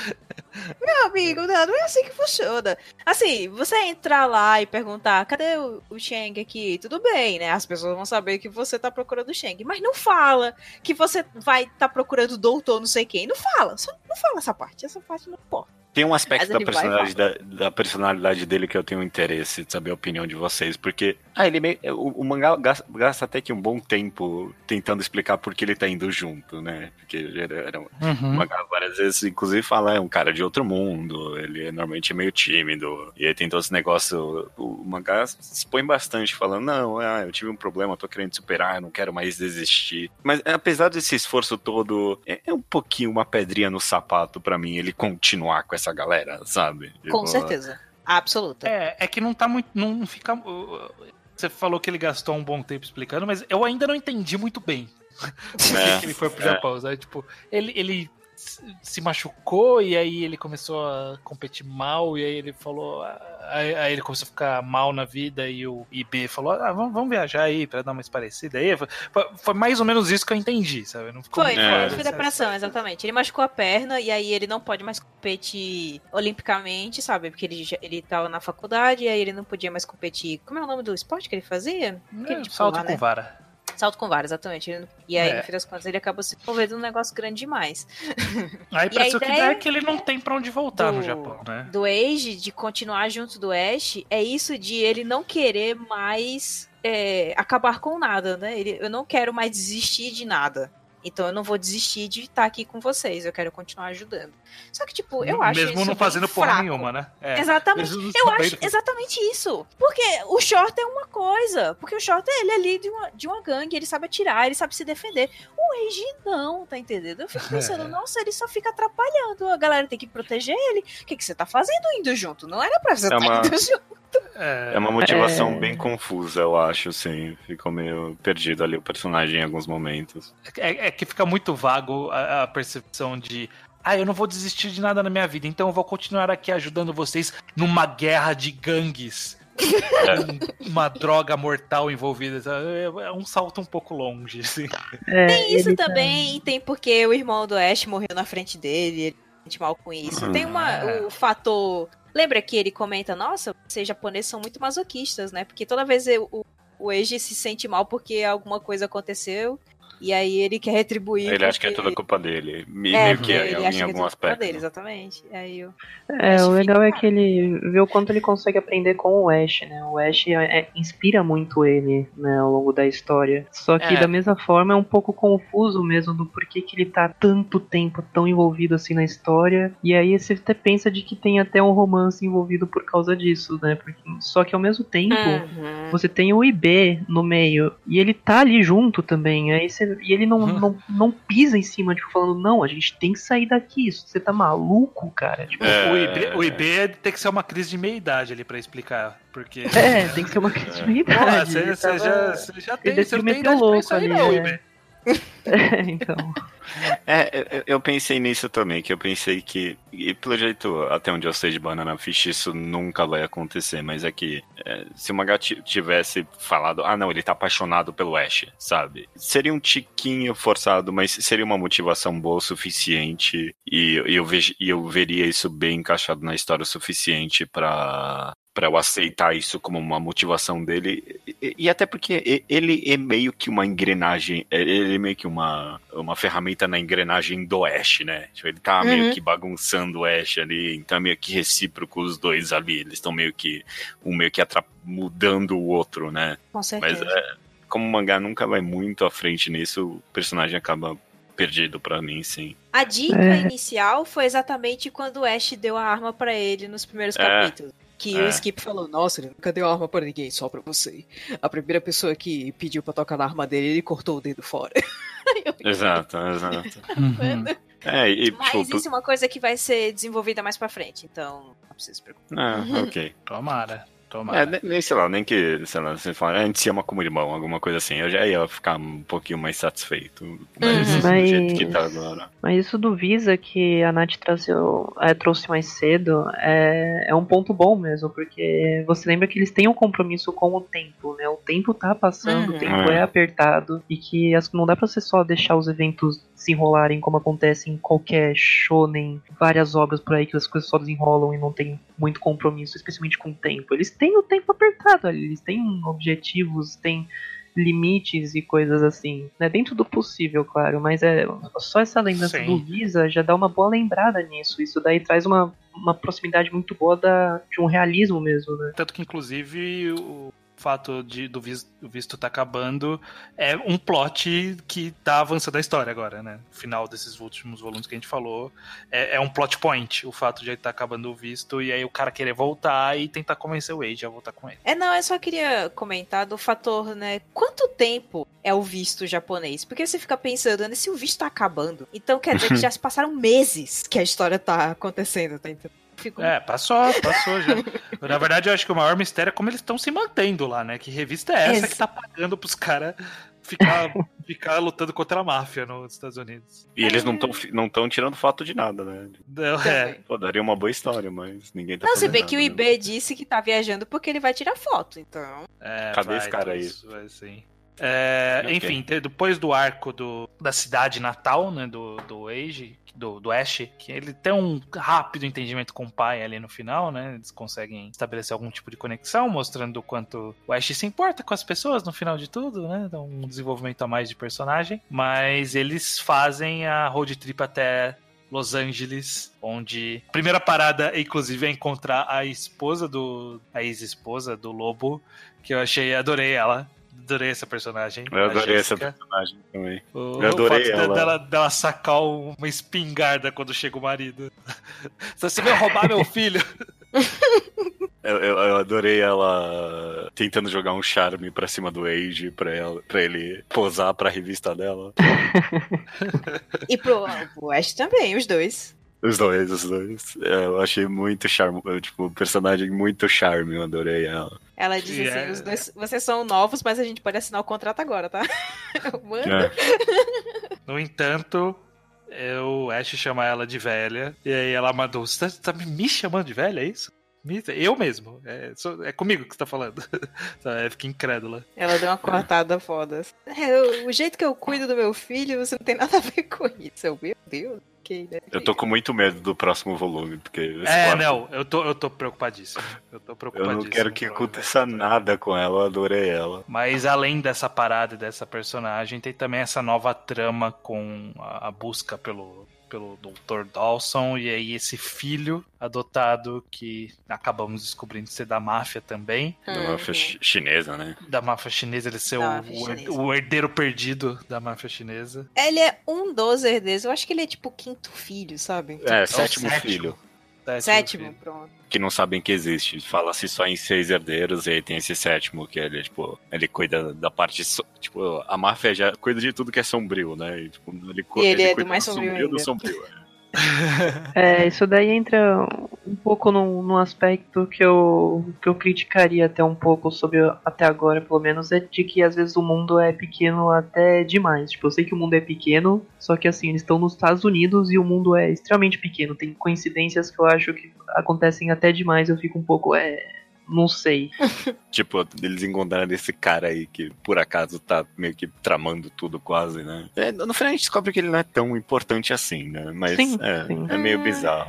Meu amigo, não, não é assim que funciona. Assim, você entrar lá e perguntar, cadê o, o Shang aqui? Tudo bem, né? As pessoas vão saber que você tá procurando o Shang. Mas não fala que você vai estar tá procurando o doutor não sei quem. Não fala, só não fala essa parte. Essa parte não importa. Tem um aspecto Mas da ele vai e personalidade, da, da personalidade dele que eu tenho interesse de saber a opinião de vocês, porque ah, ele meio, o, o mangá gasta, gasta até que um bom tempo tentando explicar por que ele tá indo junto, né? Porque era, era um Uhum. mangá várias vezes, inclusive, fala é um cara de outro mundo, ele é normalmente meio tímido, e aí tem todo esse negócio, o mangá se expõe bastante, falando, não, ah, eu tive um problema, eu tô querendo superar, eu não quero mais desistir. Mas apesar desse esforço todo, é, é um pouquinho uma pedrinha no sapato pra mim ele continuar com essa essa galera, sabe? Com Tipo, certeza. Absoluta. É, é que não tá muito. Não fica. Você falou que ele gastou um bom tempo explicando, mas eu ainda não entendi muito bem por É, que ele foi pro é. Japão. Sabe? Tipo, ele, ele se machucou e aí ele começou a competir mal e aí ele falou. Aí, aí ele começou a ficar mal na vida e o I B falou: ah, vamos, vamos viajar aí pra dar uma esparecida. Aí foi, foi mais ou menos isso que eu entendi, sabe? Não ficou Foi, muito foi, claro, foi sabe? depressão, exatamente. Ele machucou a perna e aí ele não pode mais competir olimpicamente, sabe? Porque ele, já- ele tava na faculdade e aí ele não podia mais competir. Como é o nome do esporte que ele fazia? Aquele É, de salto pular, com né? vara. Salto com vara, exatamente. Ele não- E aí, É. no fim das contas, ele acabou se envolvendo num negócio grande demais. Aí E parece a que ideia dá é que ele não tem pra onde voltar do- no Japão, né? Do Age, de continuar junto do Ash, é isso de ele não querer mais é, acabar com nada, né? Ele, eu não quero mais desistir de nada. Então eu não vou desistir de estar aqui com vocês. Eu quero continuar ajudando. Só que, tipo, eu acho Mesmo isso não bem fazendo porra fraco. nenhuma, né? É. Exatamente. Mesmo não Eu sabendo acho fazer. exatamente isso. Porque o Short é uma coisa. Porque o Short é ele é ali de uma, de uma gangue, ele sabe atirar, ele sabe se defender. O Age não, tá entendendo? Eu fico pensando, É. nossa, ele só fica atrapalhando. A galera tem que proteger ele. O que, que você tá fazendo indo junto? Não era pra você É estar uma- indo junto. É. É uma motivação É. bem confusa, eu acho, assim. Ficou meio perdido ali o personagem em alguns momentos. É, é que fica muito vago a, a percepção de ah, eu não vou desistir de nada na minha vida, então eu vou continuar aqui ajudando vocês numa guerra de gangues. Com uma droga mortal envolvida. Sabe? É um salto um pouco longe, assim. É, Tem isso ele tá- também, e tem porque o irmão do Ash morreu na frente dele, ele se sente mal com isso. Tem uma, Ah. o fator. Lembra que ele comenta, nossa, vocês japoneses são muito masoquistas, né? Porque toda vez eu- o, o Eiji se sente mal porque alguma coisa aconteceu. E aí ele quer retribuir. Ele acha que é porque- toda culpa dele. Me- É, meio porque que ele em, acha em que é algum tudo culpa aspecto. dele, exatamente. E aí eu... É, Ash o legal fica- é que ele vê o quanto ele consegue aprender com o Ash, né? O Ash é- é- inspira muito ele, né, ao longo da história. Só que É. da mesma forma é um pouco confuso mesmo do porquê que ele tá tanto tempo tão envolvido assim na história. E aí você até pensa de que tem até um romance envolvido por causa disso, né? Porque, só que ao mesmo tempo Uhum. você tem o I B no meio e ele tá ali junto também. Aí você, e ele não, Uhum. não, não pisa em cima, tipo, falando, não, a gente tem que sair daqui. Isso, você tá maluco, cara? Tipo, É. O I B, o I B tem que ser uma crise de meia-idade ali pra explicar. Porque. é, tem que ser uma questão de Porra, idade. você, Ele você tava- já, você já tem, ele você não meteu tem idade pra louco isso aí, ali, não, é. I B. É, então. É, eu- eu pensei nisso também, que eu pensei que, e pelo jeito, até onde eu sei de Banana Fish, isso nunca vai acontecer, mas é que é, se o mangá ti- tivesse falado, ah não, ele tá apaixonado pelo Ash, sabe? Seria um tiquinho forçado, mas seria uma motivação boa o suficiente, e, e eu, vejo, e eu veria isso bem encaixado na história o suficiente pra, pra eu aceitar isso como uma motivação dele. E, e até porque ele é meio que uma engrenagem, ele é meio que uma, uma ferramenta na engrenagem do Ash, né? Tipo, ele tá uhum. meio que bagunçando o Ash ali, então é meio que recíproco os dois ali. Eles estão meio que, um meio que atrap- mudando o outro, né? Com certeza. Mas é, como o mangá nunca vai muito à frente nisso, o personagem acaba perdido pra mim, sim. A dica é. inicial foi exatamente quando o Ash deu a arma pra ele nos primeiros é. capítulos. Que é. o Skip falou, nossa, ele nunca deu arma pra ninguém, só pra você. A primeira pessoa que pediu pra tocar na arma dele, ele cortou o dedo fora. Exato, exato. Uhum. É, e, Mas tipo, isso é uma coisa que vai ser desenvolvida mais pra frente, então não precisa se preocupar. Ah, ok. Tomara. Tomara. É, nem, sei lá, nem que, sei lá, você fala, a gente se ama como irmão, alguma coisa assim, eu já ia ficar um pouquinho mais satisfeito, mas uhum. do mas, jeito que tá agora. Mas isso do Visa que a Nath trazeu, é, trouxe mais cedo, é, é um ponto bom mesmo, porque você lembra que eles têm um compromisso com o tempo, né, o tempo tá passando, uhum. o tempo é. é apertado, e que as, não dá pra você só deixar os eventos se enrolarem como acontece em qualquer shonen, várias obras por aí que as coisas só desenrolam e não tem muito compromisso, especialmente com o tempo. Eles têm o tempo apertado, eles têm objetivos, têm limites e coisas assim, né? Dentro do possível, claro, mas é só essa lembrança Sim. do Visa já dá uma boa lembrada nisso. Isso daí traz uma, uma proximidade muito boa da, de um realismo mesmo, né? Tanto que, inclusive, o fato de, do visto, o visto tá acabando é um plot que tá avançando a história agora, né? No final desses últimos volumes que a gente falou, é, é um plot point, o fato de ele tá acabando o visto e aí o cara querer voltar e tentar convencer o Age a voltar com ele. É, não, eu só queria comentar do fator, né? Quanto tempo é o visto japonês? Porque você fica pensando, né? Se o visto tá acabando, então quer dizer que já se passaram meses que a história tá acontecendo, tá entendendo? Fico... É, passou, passou já. Na verdade, eu acho que o maior mistério é como eles estão se mantendo lá, né? Que revista é essa Esse... que tá pagando pros caras ficar, ficar lutando contra a máfia nos Estados Unidos? E eles não estão não tão tirando foto de nada, né? Não, é. Pô, daria uma boa história, mas ninguém tá Não, fazendo você vê nada, que o I B né? disse que tá viajando porque ele vai tirar foto, então... É, Cadê vai, esse cara aí? Isso, vai sim. É, okay. Enfim, depois do arco do, da cidade natal, né, do, do Age, do, do Ash, que ele tem um rápido entendimento com o pai ali no final, né, eles conseguem estabelecer algum tipo de conexão, mostrando o quanto o Ash se importa com as pessoas no final de tudo, né, dá um desenvolvimento a mais de personagem, mas eles fazem a road trip até Los Angeles, onde a primeira parada, inclusive, é encontrar a esposa do, a ex-esposa do Lobo, que eu achei, adorei ela. Adorei essa personagem. Eu adorei essa personagem também. O, eu adorei o fato ela. Dela, dela sacar uma espingarda quando chega o marido. Você veio roubar meu filho? Eu, eu, eu adorei ela tentando jogar um charme pra cima do Age pra, ela, pra ele posar pra revista dela. E pro, pro Ash também, os dois. Os dois, os dois. Eu achei muito charme, tipo, personagem muito charme, eu adorei ela. Ela diz assim, yeah. os dois, vocês são novos, mas a gente pode assinar o contrato agora, tá? Mano. É. No entanto, o Ash chama ela de velha, e aí ela mandou, você tá, tá me chamando de velha, é isso? Eu mesmo, é, sou, é comigo que você tá falando. É, fica incrédula. Ela deu uma cortada foda. É, o, o jeito que eu cuido do meu filho, você não tem nada a ver com isso. Eu, meu Deus. Okay, né? Eu tô com muito medo do próximo volume, porque... É, quarto... não, eu tô, eu tô preocupadíssimo. Eu tô preocupadíssimo. Eu não quero que aconteça nada com ela, eu adorei ela. Mas além dessa parada e dessa personagem, tem também essa nova trama com a, a busca pelo... pelo doutor Dawson, e aí esse filho adotado que acabamos descobrindo ser da máfia também. Da uhum. máfia ch- chinesa, né? Da máfia chinesa, ele ser o, o, o herdeiro perdido da máfia chinesa. Ele é um dos herdeiros, eu acho que ele é tipo o quinto filho, sabe? É, sétimo, sétimo filho. Sétimo, sétimo filho. Pronto. Que não sabem que existe. Fala-se só em seis herdeiros, e aí tem esse sétimo, que ele, tipo, ele cuida da parte... So... Tipo, a máfia já cuida de tudo que é sombrio, né? E, tipo, ele, e ele, ele é cuida do mais do sombrio, sombrio ainda. do sombrio, é. É, isso daí entra um pouco num, num aspecto que eu, que eu criticaria até um pouco sobre, até agora pelo menos, é de que às vezes o mundo é pequeno até demais. Tipo, eu sei que o mundo é pequeno, só que assim, eles estão nos Estados Unidos e o mundo é extremamente pequeno. Tem coincidências que eu acho que acontecem até demais, eu fico um pouco, é... não sei. Tipo, eles encontraram esse cara aí que por acaso tá meio que tramando tudo quase, né? É, no final a gente descobre que ele não é tão importante assim, né? Mas sim, é, sim. é meio bizarro.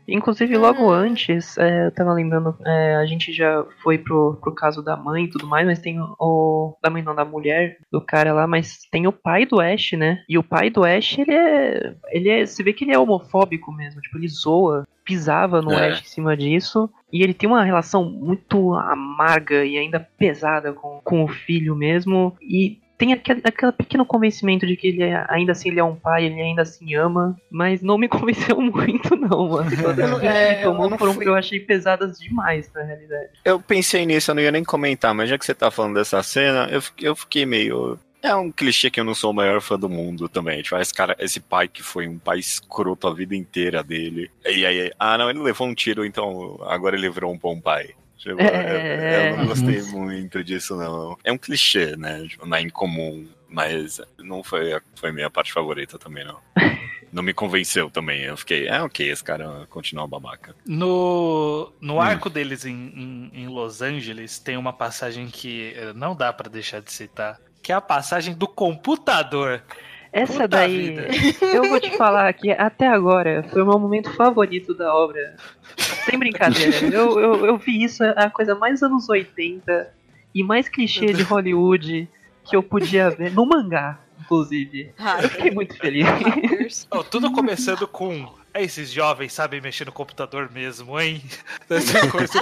Inclusive, logo antes, é, eu tava lembrando, é, a gente já foi pro, pro caso da mãe e tudo mais, mas tem o, o... Da mãe não, da mulher, do cara lá, mas tem o pai do Ash, né? E o pai do Ash, ele é... Ele é... Você vê que ele é homofóbico mesmo, tipo, ele zoa, pisava no É. Ash em cima disso. E ele tem uma relação muito amarga e ainda pesada com, com o filho mesmo. E... Tem aquele, aquele pequeno convencimento de que ele é, ainda assim ele é um pai, ele ainda assim ama, mas não me convenceu muito não, mano. Todas as vezes que ele tomou foram que eu achei pesadas demais, na realidade. Eu pensei nisso, eu não ia nem comentar, mas já que você tá falando dessa cena, eu fiquei, eu fiquei meio... É um clichê que eu não sou o maior fã do mundo também. Tipo, esse cara, esse pai que foi um pai escroto a vida inteira dele. E aí, ah não, ele levou um tiro, então agora ele virou um bom pai. Tipo, É... eu, eu não gostei muito disso, não. É um clichê, né? Tipo, não é incomum, mas não foi a foi minha parte favorita também, não. Não me convenceu também. Eu fiquei, é ok, esse cara continua babaca. No, no Hum. arco deles em, em, em Los Angeles, tem uma passagem que eh, não dá pra deixar de citar, que é a passagem do computador. Essa Puta daí, vida. eu vou te falar que até agora foi o meu momento favorito da obra. Sem brincadeira, eu, eu, eu vi isso, a coisa mais anos oitenta e mais clichê de Hollywood que eu podia ver, no mangá, inclusive. Eu fiquei muito feliz. Oh, tudo começando com... É, esses jovens sabem mexer no computador mesmo, hein? Essa coisa...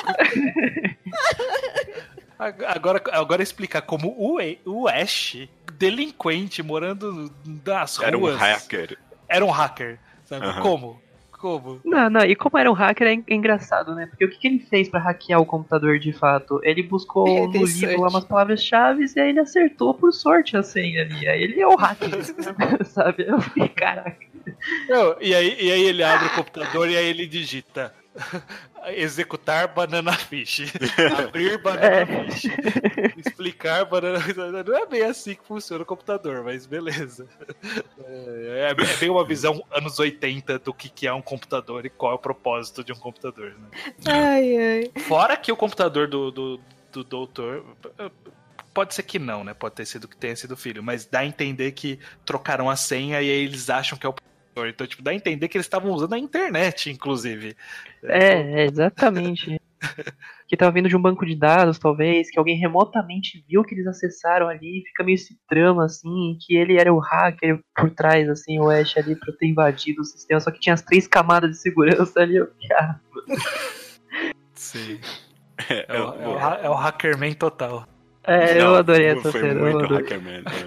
Agora, agora explicar como o, o Ash, delinquente, morando nas ruas... Era um hacker. Era um hacker, sabe? Uhum. Como? Como? Não, não, e como era um hacker é, é engraçado, né? Porque o que, que ele fez pra hackear o computador de fato? Ele buscou no livro lá umas palavras-chave e aí ele acertou por sorte a senha ali. Aí ele é o hacker, sabe? Eu fiquei, caraca. Não, e, aí, e aí ele abre o computador e aí ele digita executar banana fish, abrir banana É. fish, explicar banana fish. Não é bem assim que funciona o computador, mas beleza. É, é bem uma visão anos oitenta do que, que é um computador e qual é o propósito de um computador, né? Ai, ai. Fora que o computador do, do, do doutor... Pode ser que não, né? Pode ter sido que tenha sido filho, mas dá a entender que trocaram a senha e aí eles acham que é o computador. Então, tipo, dá a entender que eles estavam usando a internet, inclusive. É, é, exatamente. Que tava vindo de um banco de dados, talvez, que alguém remotamente viu que eles acessaram ali, fica meio esse trama, assim, que ele era o hacker por trás, assim, o Ash ali pra ter invadido o sistema, só que tinha as três camadas de segurança ali, eu fiquei, ah, Sim. É, É, o, é, o, ha- é o Hackerman total. É, eu Não, adorei essa foi cena. eu muito adorei. Hackerman. né?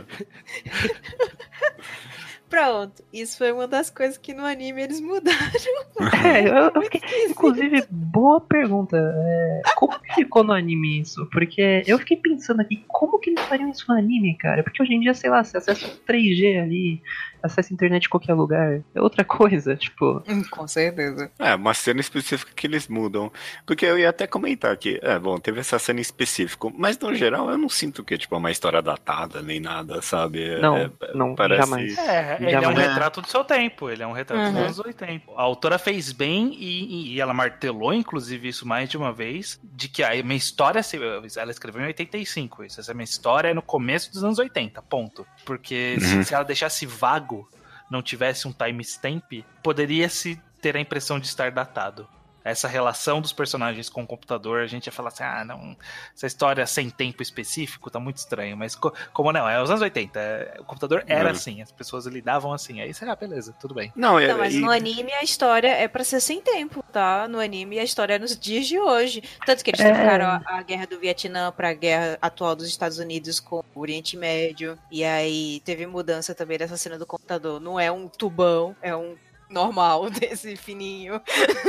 Pronto, isso foi uma das coisas que no anime eles mudaram. É, eu, eu fiquei, inclusive, boa pergunta. É, como que ficou no anime isso? Porque eu fiquei pensando aqui, como que eles fariam isso no anime, cara? Porque hoje em dia, sei lá, você acessa três G ali, acessa a internet em qualquer lugar. É outra coisa, tipo. Com certeza. É, uma cena específica que eles mudam. Porque eu ia até comentar aqui. É, bom, teve essa cena específica. Mas, no geral, eu não sinto que é, tipo, uma história datada, nem nada, sabe? É, Não, é, não, parece... jamais. É, ele é um Jamais. retrato do seu tempo. Ele é um retrato Uhum. dos anos oitenta. A autora fez bem e, e ela martelou, inclusive, isso mais de uma vez, de que a minha história, ela escreveu em oitenta e cinco. Isso, essa minha história é no começo dos anos oitenta, ponto. Porque Uhum. se, se ela deixasse vago, não tivesse um timestamp, poderia-se ter a impressão de estar datado. Essa relação dos personagens com o computador, a gente ia falar assim, ah, não, essa história sem tempo específico tá muito estranho, mas co- como não, é os anos oitenta, é, o computador era Uhum. assim, as pessoas lidavam assim, aí, ah, beleza, tudo bem. Não, é, Não, mas e- no anime a história é pra ser sem tempo, tá? No anime a história é nos dias de hoje. Tanto que eles É. trocaram a, a guerra do Vietnã pra guerra atual dos Estados Unidos com o Oriente Médio. E aí teve mudança também dessa cena do computador. Não é um tubão, é um normal desse fininho.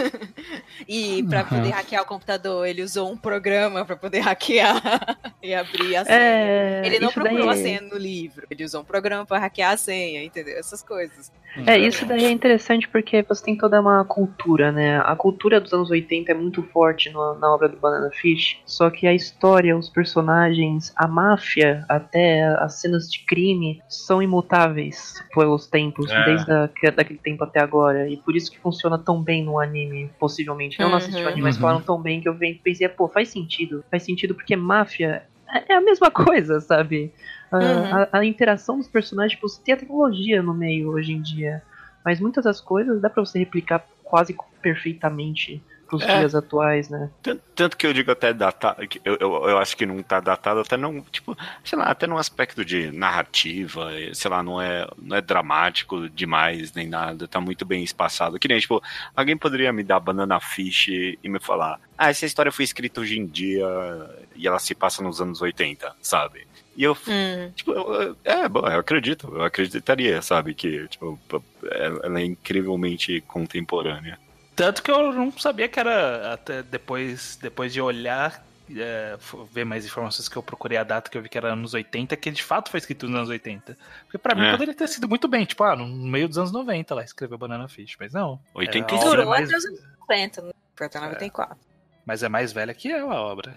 E pra Uhum. poder hackear o computador, ele usou um programa pra poder hackear e abrir a senha. É, Ele não isso procurou daí a é- senha no livro. Ele usou um programa pra hackear a senha, entendeu? Essas coisas. É, isso daí é interessante porque você tem toda uma cultura, né? A cultura dos anos oitenta é muito forte no- na obra do Banana Fish, só que a história, os personagens, a máfia, até as cenas de crime são imutáveis pelos tempos, É. desde a, que- daquele tempo até agora, e por isso que funciona tão bem no anime, possivelmente. Eu não assisti o Uhum. anime, mas Uhum. falaram tão bem que eu pensei, pô, faz sentido. Faz sentido porque máfia é a mesma coisa, sabe? A, Uhum. a- a interação dos personagens, tipo, você tem a tecnologia no meio hoje em dia, mas muitas das coisas dá pra você replicar quase perfeitamente pros É. dias atuais, né? Tanto, tanto que eu digo até datado, eu, eu, eu acho que não tá datado, até não, tipo, sei lá, até num aspecto de narrativa, sei lá, não é, não é dramático demais, nem nada, tá muito bem espaçado. Que nem, tipo, alguém poderia me dar Banana Fish e me falar, ah, essa história foi escrita hoje em dia e ela se passa nos anos oitenta, sabe? E eu, Hum. tipo, eu, é, bom, eu acredito, eu acreditaria, sabe, que, tipo, ela é incrivelmente contemporânea. Tanto que eu não sabia que era, até depois, depois de olhar, é, ver mais informações que eu procurei a data, que eu vi que era anos oitenta, que de fato foi escrito nos anos oitenta. Porque pra mim É. poderia ter sido muito bem, tipo, ah, no meio dos anos noventa lá, escreveu Banana Fish, mas não. oitenta É, e a cinco. obra é Durou mais, até os anos noventa, né? Foi até noventa e quatro. mas é mais velha que eu, a obra.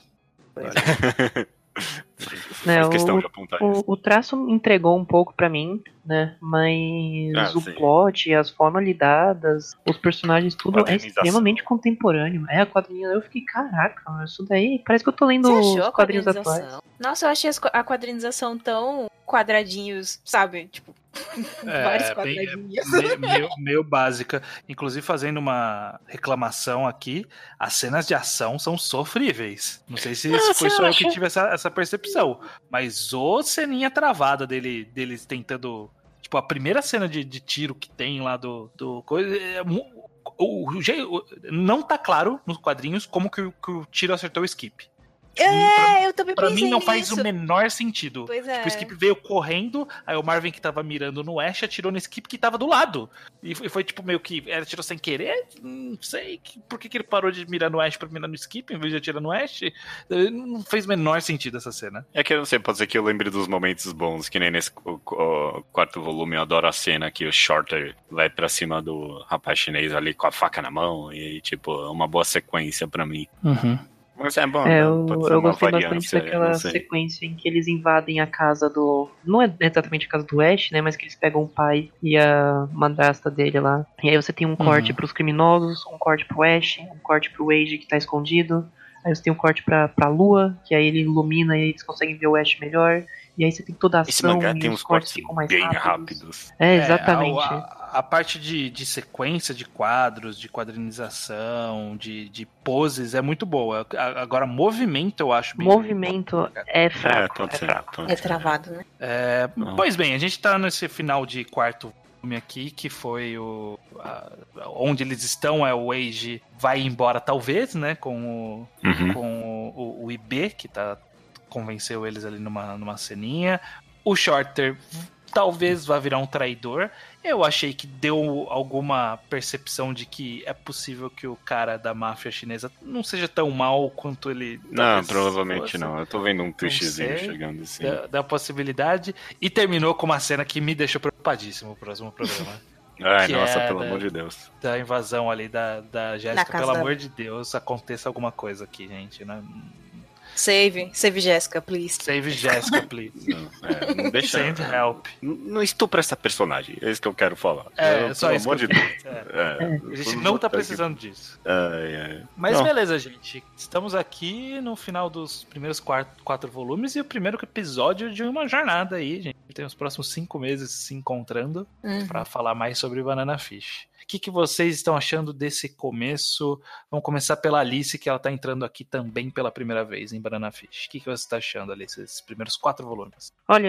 Né, Faz questão o, de apontar isso. o, o traço entregou um pouco pra mim, né? Mas Ah, o sim. plot, as formalidades, os personagens, tudo é Quadrinização. extremamente contemporâneo. É, a quadrinha, eu fiquei, caraca, isso daí parece que eu tô lendo Você os achou a quadrinhos quadrinização? atuais. Nossa, eu achei as qu- a quadrinização tão quadradinhos, sabe? Tipo, vários É, bem, quadradinhos. me- meio, meio básica. Inclusive, fazendo uma reclamação aqui, as cenas de ação são sofríveis. Não sei se, Ah, se foi você só eu acha? que tive essa, essa percepção, mas ô ceninha travada dele, deles tentando. Tipo, a primeira cena de, de tiro que tem lá do. do coisa, é mu- o, o, o- não tá claro nos quadrinhos como que, o- que o tiro acertou o Skip. É, eu também Pra pensei mim não faz nisso. o menor sentido. Pois é. Tipo, o Skip veio correndo, aí o Marvin que tava mirando no Ash atirou no Skip que tava do lado. E foi, foi, tipo meio que. Ele atirou sem querer? Não sei. que- Por que, que ele parou de mirar no Ash pra mirar no Skip em vez de atirar no Ash? Não fez o menor sentido essa cena. É que eu não sei, pode ser que eu lembre dos momentos bons, que nem nesse o, o quarto volume, eu adoro a cena que o Shorter vai pra cima do rapaz chinês ali com a faca na mão, e tipo, é uma boa sequência pra mim. Uhum. Mas é bom, É, né? eu, Pode ser eu uma gostei variância, bastante eu daquela não sei. sequência em que eles invadem a casa do. Não é exatamente a casa do Ash, né? Mas que eles pegam o pai e a madrasta dele lá. E aí você tem um corte pros criminosos, um corte pro Ash, um corte pro Wade que tá escondido. Aí você tem um corte pra, pra lua, que aí ele ilumina e eles conseguem ver o Ash melhor. E aí você tem toda a Esse ação mangá e tem os uns cortes cortes ficam mais bem rápidos. rápidos. É, exatamente. É, a, a- a parte de, de sequência de quadros, de quadrinização, de, de poses é muito boa. A- Agora, movimento eu acho bem. Movimento é É, fraco. pode É ser. fraco. Pode É ser. travado, né? É, Não. pois bem, a gente tá nesse final de quarto volume aqui, que foi o. a- onde eles estão, é o Age vai embora, talvez, né? Com o, Uhum. com o, o I B, que tá, convenceu eles ali numa, numa ceninha. O Shorter talvez vá virar um traidor. Eu achei que deu alguma percepção de que é possível que o cara da máfia chinesa não seja tão mal quanto ele. Não, talvez provavelmente fosse. não. Eu tô vendo um twistzinho sei. chegando assim. Da, da possibilidade. E terminou com uma cena que me deixou preocupadíssimo o próximo programa. Ai, que nossa, é pelo da- amor de Deus. Da invasão ali da, da Jéssica. casa Pelo da- amor de Deus, aconteça alguma coisa aqui, gente. Né? Save, save Jéssica, please. Save Jéssica, please. Não, é, não deixa. Send help. Não não estupra essa personagem. É isso que eu quero falar. É, Eu, só pelo isso amor que de eu Deus. quero. É. É, A gente não tá precisando disso. Ai, ai. Mas Não. beleza, gente. Estamos aqui no final dos primeiros quatro, quatro volumes e o primeiro episódio de uma jornada aí, gente. Tem os próximos cinco meses se encontrando Uhum. pra falar mais sobre Banana Fish. O que, que vocês estão achando desse começo? Vamos começar pela Alice, que ela tá entrando aqui também pela primeira vez em Banana Fish. O que, que você tá achando, Alice, esses primeiros quatro volumes? Olha,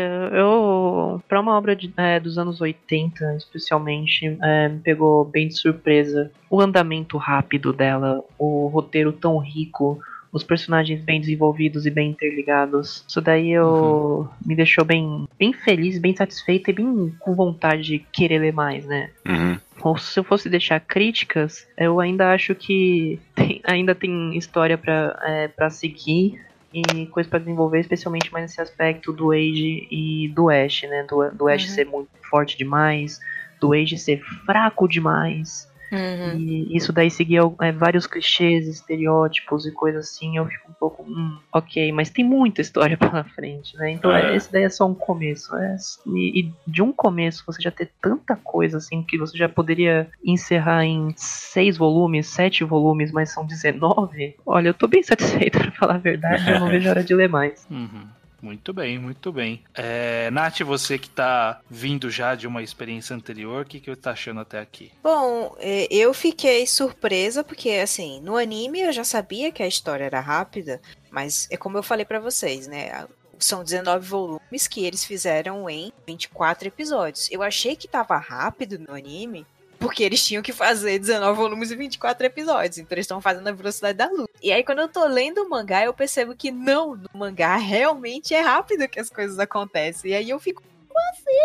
eu. Pra uma obra de- é, dos anos oitenta, especialmente, é, me pegou bem de surpresa. O andamento rápido dela, o roteiro tão rico, os personagens bem desenvolvidos e bem interligados. Isso daí eu me deixou bem, bem feliz, bem satisfeito e bem com vontade de querer ler mais, né? Uhum. Ou se eu fosse deixar críticas, eu ainda acho que tem- ainda tem história pra, é, pra seguir e coisa pra desenvolver, especialmente mais nesse aspecto do Age e do Ash, né? Do, do Ash Uhum. ser muito forte demais, do Age ser fraco demais. Uhum. E isso daí seguia é, vários clichês, estereótipos e coisas assim. Eu fico um pouco, hum, ok, mas tem muita história pela frente, né? Então É. esse daí é só um começo. É, e, e de um começo você já ter tanta coisa assim que você já poderia encerrar em seis volumes, sete volumes, mas são dezenove. Olha, eu tô bem satisfeito pra falar a verdade. Eu não vejo a hora de ler mais. Uhum. Muito bem, muito bem. É, Nath, você que tá vindo já de uma experiência anterior, o que, que você tá achando até aqui? Bom, é, eu fiquei surpresa porque, assim, no anime eu já sabia que a história era rápida, mas é como eu falei pra vocês, né? São dezenove volumes que eles fizeram em vinte e quatro episódios. Eu achei que tava rápido no anime, porque eles tinham que fazer dezenove volumes e vinte e quatro episódios. Então eles estão fazendo a velocidade da luz. E aí quando eu tô lendo o mangá, eu percebo que não, no mangá realmente é rápido que as coisas acontecem. E aí eu fico, como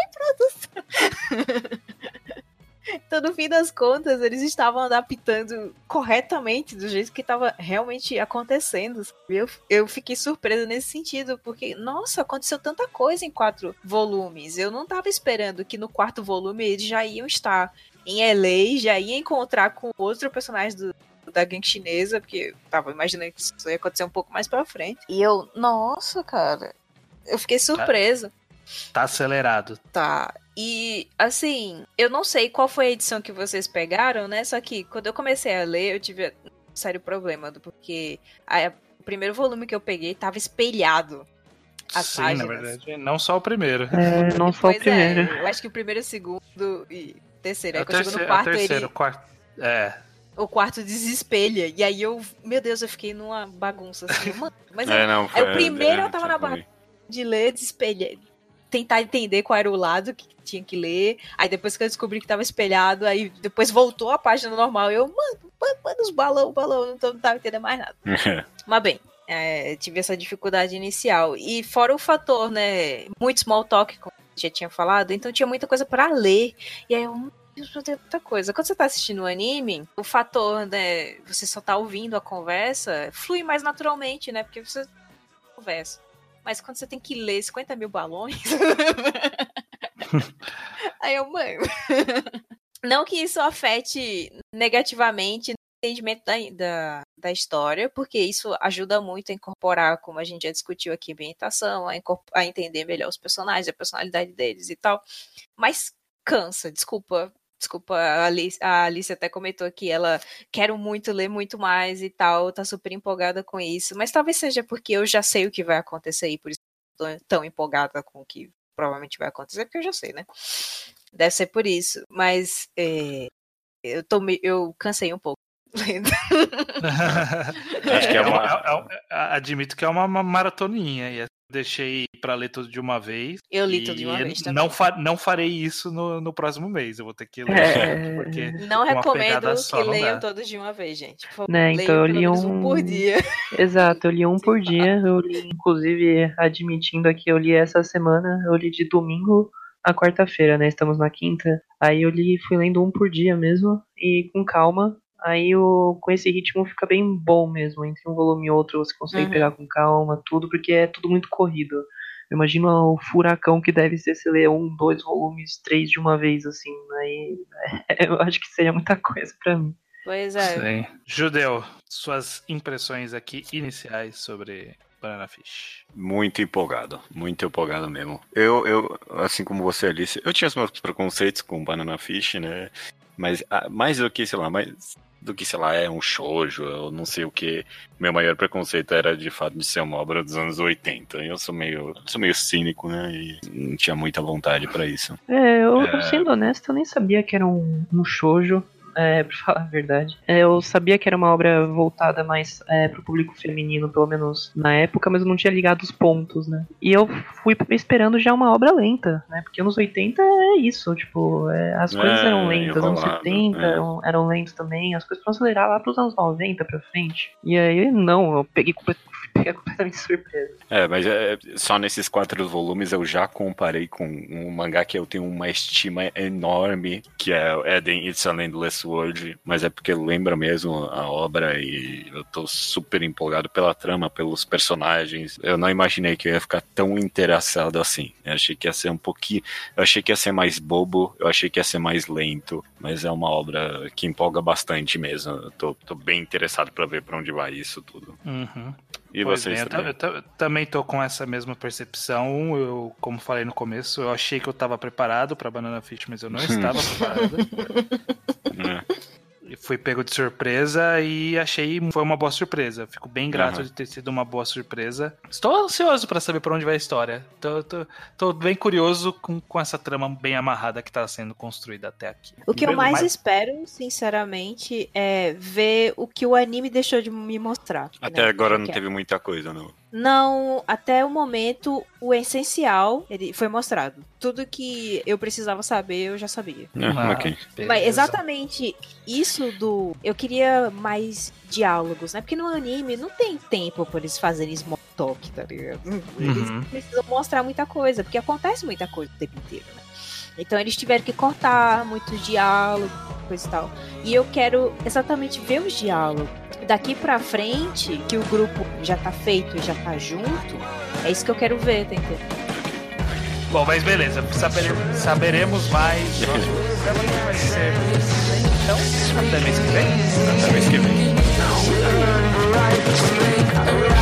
assim, produção? Então, no fim das contas, eles estavam adaptando corretamente do jeito que estava realmente acontecendo. Eu, eu fiquei surpresa nesse sentido, porque, nossa, aconteceu tanta coisa em quatro volumes. Eu não estava esperando que no quarto volume eles já iam estar em L A, já ia encontrar com outro personagem do, da gangue chinesa, porque eu tava imaginando que isso ia acontecer um pouco mais pra frente. E eu, nossa, cara, eu fiquei surpresa. Tá acelerado. Tá. E, assim, eu não sei qual foi a edição que vocês pegaram, né? Só que quando eu comecei a ler, eu tive um sério problema, porque a, o primeiro volume que eu peguei tava espelhado. As Sim, páginas. na verdade, não só o primeiro. É, não só Pois o primeiro. É, eu acho que o primeiro, o segundo e o terceiro. É Aí o quando chegou terceiro, no quarto, é o terceiro, ele... quarto. É. O quarto desespelha. E aí eu, meu Deus, eu fiquei numa bagunça assim. Mano, mas É, aí, não, aí foi- o primeiro é, eu tava foi na barra ruim. de ler, desespelhei. Tentar entender qual era o lado que tinha que ler. Aí depois que eu descobri que tava espelhado, aí depois voltou a página normal. Eu, mano, mano, mano os balão, balão, não, tô, não tava entendendo mais nada. Mas bem, é, tive essa dificuldade inicial. E fora o fator, né, muito small talk, como eu já tinha falado, então tinha muita coisa pra ler. E aí eu, meu Deus, meu Deus, muita coisa. Quando você tá assistindo o anime, o fator, né, você só tá ouvindo a conversa, flui mais naturalmente, né, porque você conversa. Mas quando você tem que ler cinquenta mil balões... Aí eu, mano... Não que isso afete negativamente o entendimento da, da, da história, porque isso ajuda muito a incorporar, como a gente já discutiu aqui, a ambientação, a, a entender melhor os personagens, a personalidade deles e tal. Mas cansa, desculpa... Desculpa, a Alice, a Alice até comentou que ela quer muito ler muito mais e tal, tá super empolgada com isso, mas talvez seja porque eu já sei o que vai acontecer e por isso tô tão empolgada com o que provavelmente vai acontecer, porque eu já sei, né? Deve ser por isso, mas é, eu, tô, eu cansei um pouco lendo. Acho que é uma... é, é, é, admito que é uma, uma maratoninha, e deixei pra ler tudo de uma vez. Eu li tudo de uma vez também. Não, fa não farei isso no, no próximo mês. Eu vou ter que ler. É... Porque não recomendo só que não leiam dá. todos de uma vez, gente. Por favor, Né, então eu li um... um por dia. Exato, eu li um por dia. Eu li, inclusive, admitindo aqui, eu li essa semana. Eu li de domingo a quarta-feira, né? Estamos na quinta. Aí eu li, fui lendo um por dia mesmo. E com calma. Aí o, com esse ritmo fica bem bom mesmo. Entre um volume e outro você consegue Uhum. pegar com calma, tudo, porque é tudo muito corrido. Eu imagino o furacão que deve ser se ler um, dois volumes, três de uma vez, assim. Aí eu acho que seria muita coisa pra mim. Pois é. Sim. Judeu, suas impressões aqui iniciais sobre Banana Fish. Muito empolgado, muito empolgado mesmo. Eu, eu, assim como você, Alice, eu tinha os meus preconceitos com Banana Fish, né? Mas mais do que, sei lá, mais do que, sei lá, é um shoujo, eu não sei o que. Meu maior preconceito era, de fato, de ser uma obra dos anos oitenta. Eu sou meio, sou meio cínico, né? E não tinha muita vontade pra isso. É, eu, É... sendo honesto, eu nem sabia que era um, um shoujo. É, pra falar a verdade. É, eu sabia que era uma obra voltada mais é, pro público feminino, pelo menos na época, mas eu não tinha ligado os pontos, né? E eu fui esperando já uma obra lenta, né? Porque anos oitenta é isso, tipo, é, as coisas É, eram lentas, anos enrolado, setenta é. eram, eram lentos também, as coisas foram acelerar lá pros anos noventa pra frente. E aí, não, eu peguei, peguei completamente surpresa. É, mas é, só nesses quatro volumes eu já comparei com um mangá que eu tenho uma estima enorme, que é Eden It's an Endless World, mas é porque lembra mesmo a obra e eu tô super empolgado pela trama, pelos personagens. Eu não imaginei que eu ia ficar tão interessado assim. Eu achei que ia ser um pouquinho... Eu achei que ia ser mais bobo, eu achei que ia ser mais lento, mas é uma obra que empolga bastante mesmo. Eu tô, tô bem interessado pra ver pra onde vai isso tudo. Uhum. E Pois vocês bem, eu, eu, eu também tô com essa mesma percepção. Eu, como falei no começo, eu achei que eu tava preparado pra Banana Fish, mas eu não estava preparado. É. fui pego de surpresa e achei foi uma boa surpresa. Fico bem grato Uhum. de ter sido uma boa surpresa. Estou ansioso pra saber pra onde vai a história. Tô, tô, tô bem curioso com, com essa trama bem amarrada que tá sendo construída até aqui. O que eu Beleza, mais mas- espero, sinceramente, é ver o que o anime deixou de me mostrar. Até né? agora não Porque- teve muita coisa, não. Não, até o momento, o essencial ele foi mostrado. Tudo que eu precisava saber, eu já sabia. Ah, ok. beleza. Mas exatamente isso do... Eu queria mais diálogos, né? Porque no anime não tem tempo pra eles fazerem small talk, tá ligado? Eles Uhum. precisam mostrar muita coisa, porque acontece muita coisa o tempo inteiro, né? Então eles tiveram que cortar muitos diálogos, coisa e tal. E eu quero exatamente ver os diálogos. Daqui pra frente, que o grupo já tá feito e já tá junto, é isso que eu quero ver, tá entendendo? Bom, mas beleza. Sabere- saberemos mais. Nosso programa que vai ser. Então, até mês que vem. Até mês que vem. Right,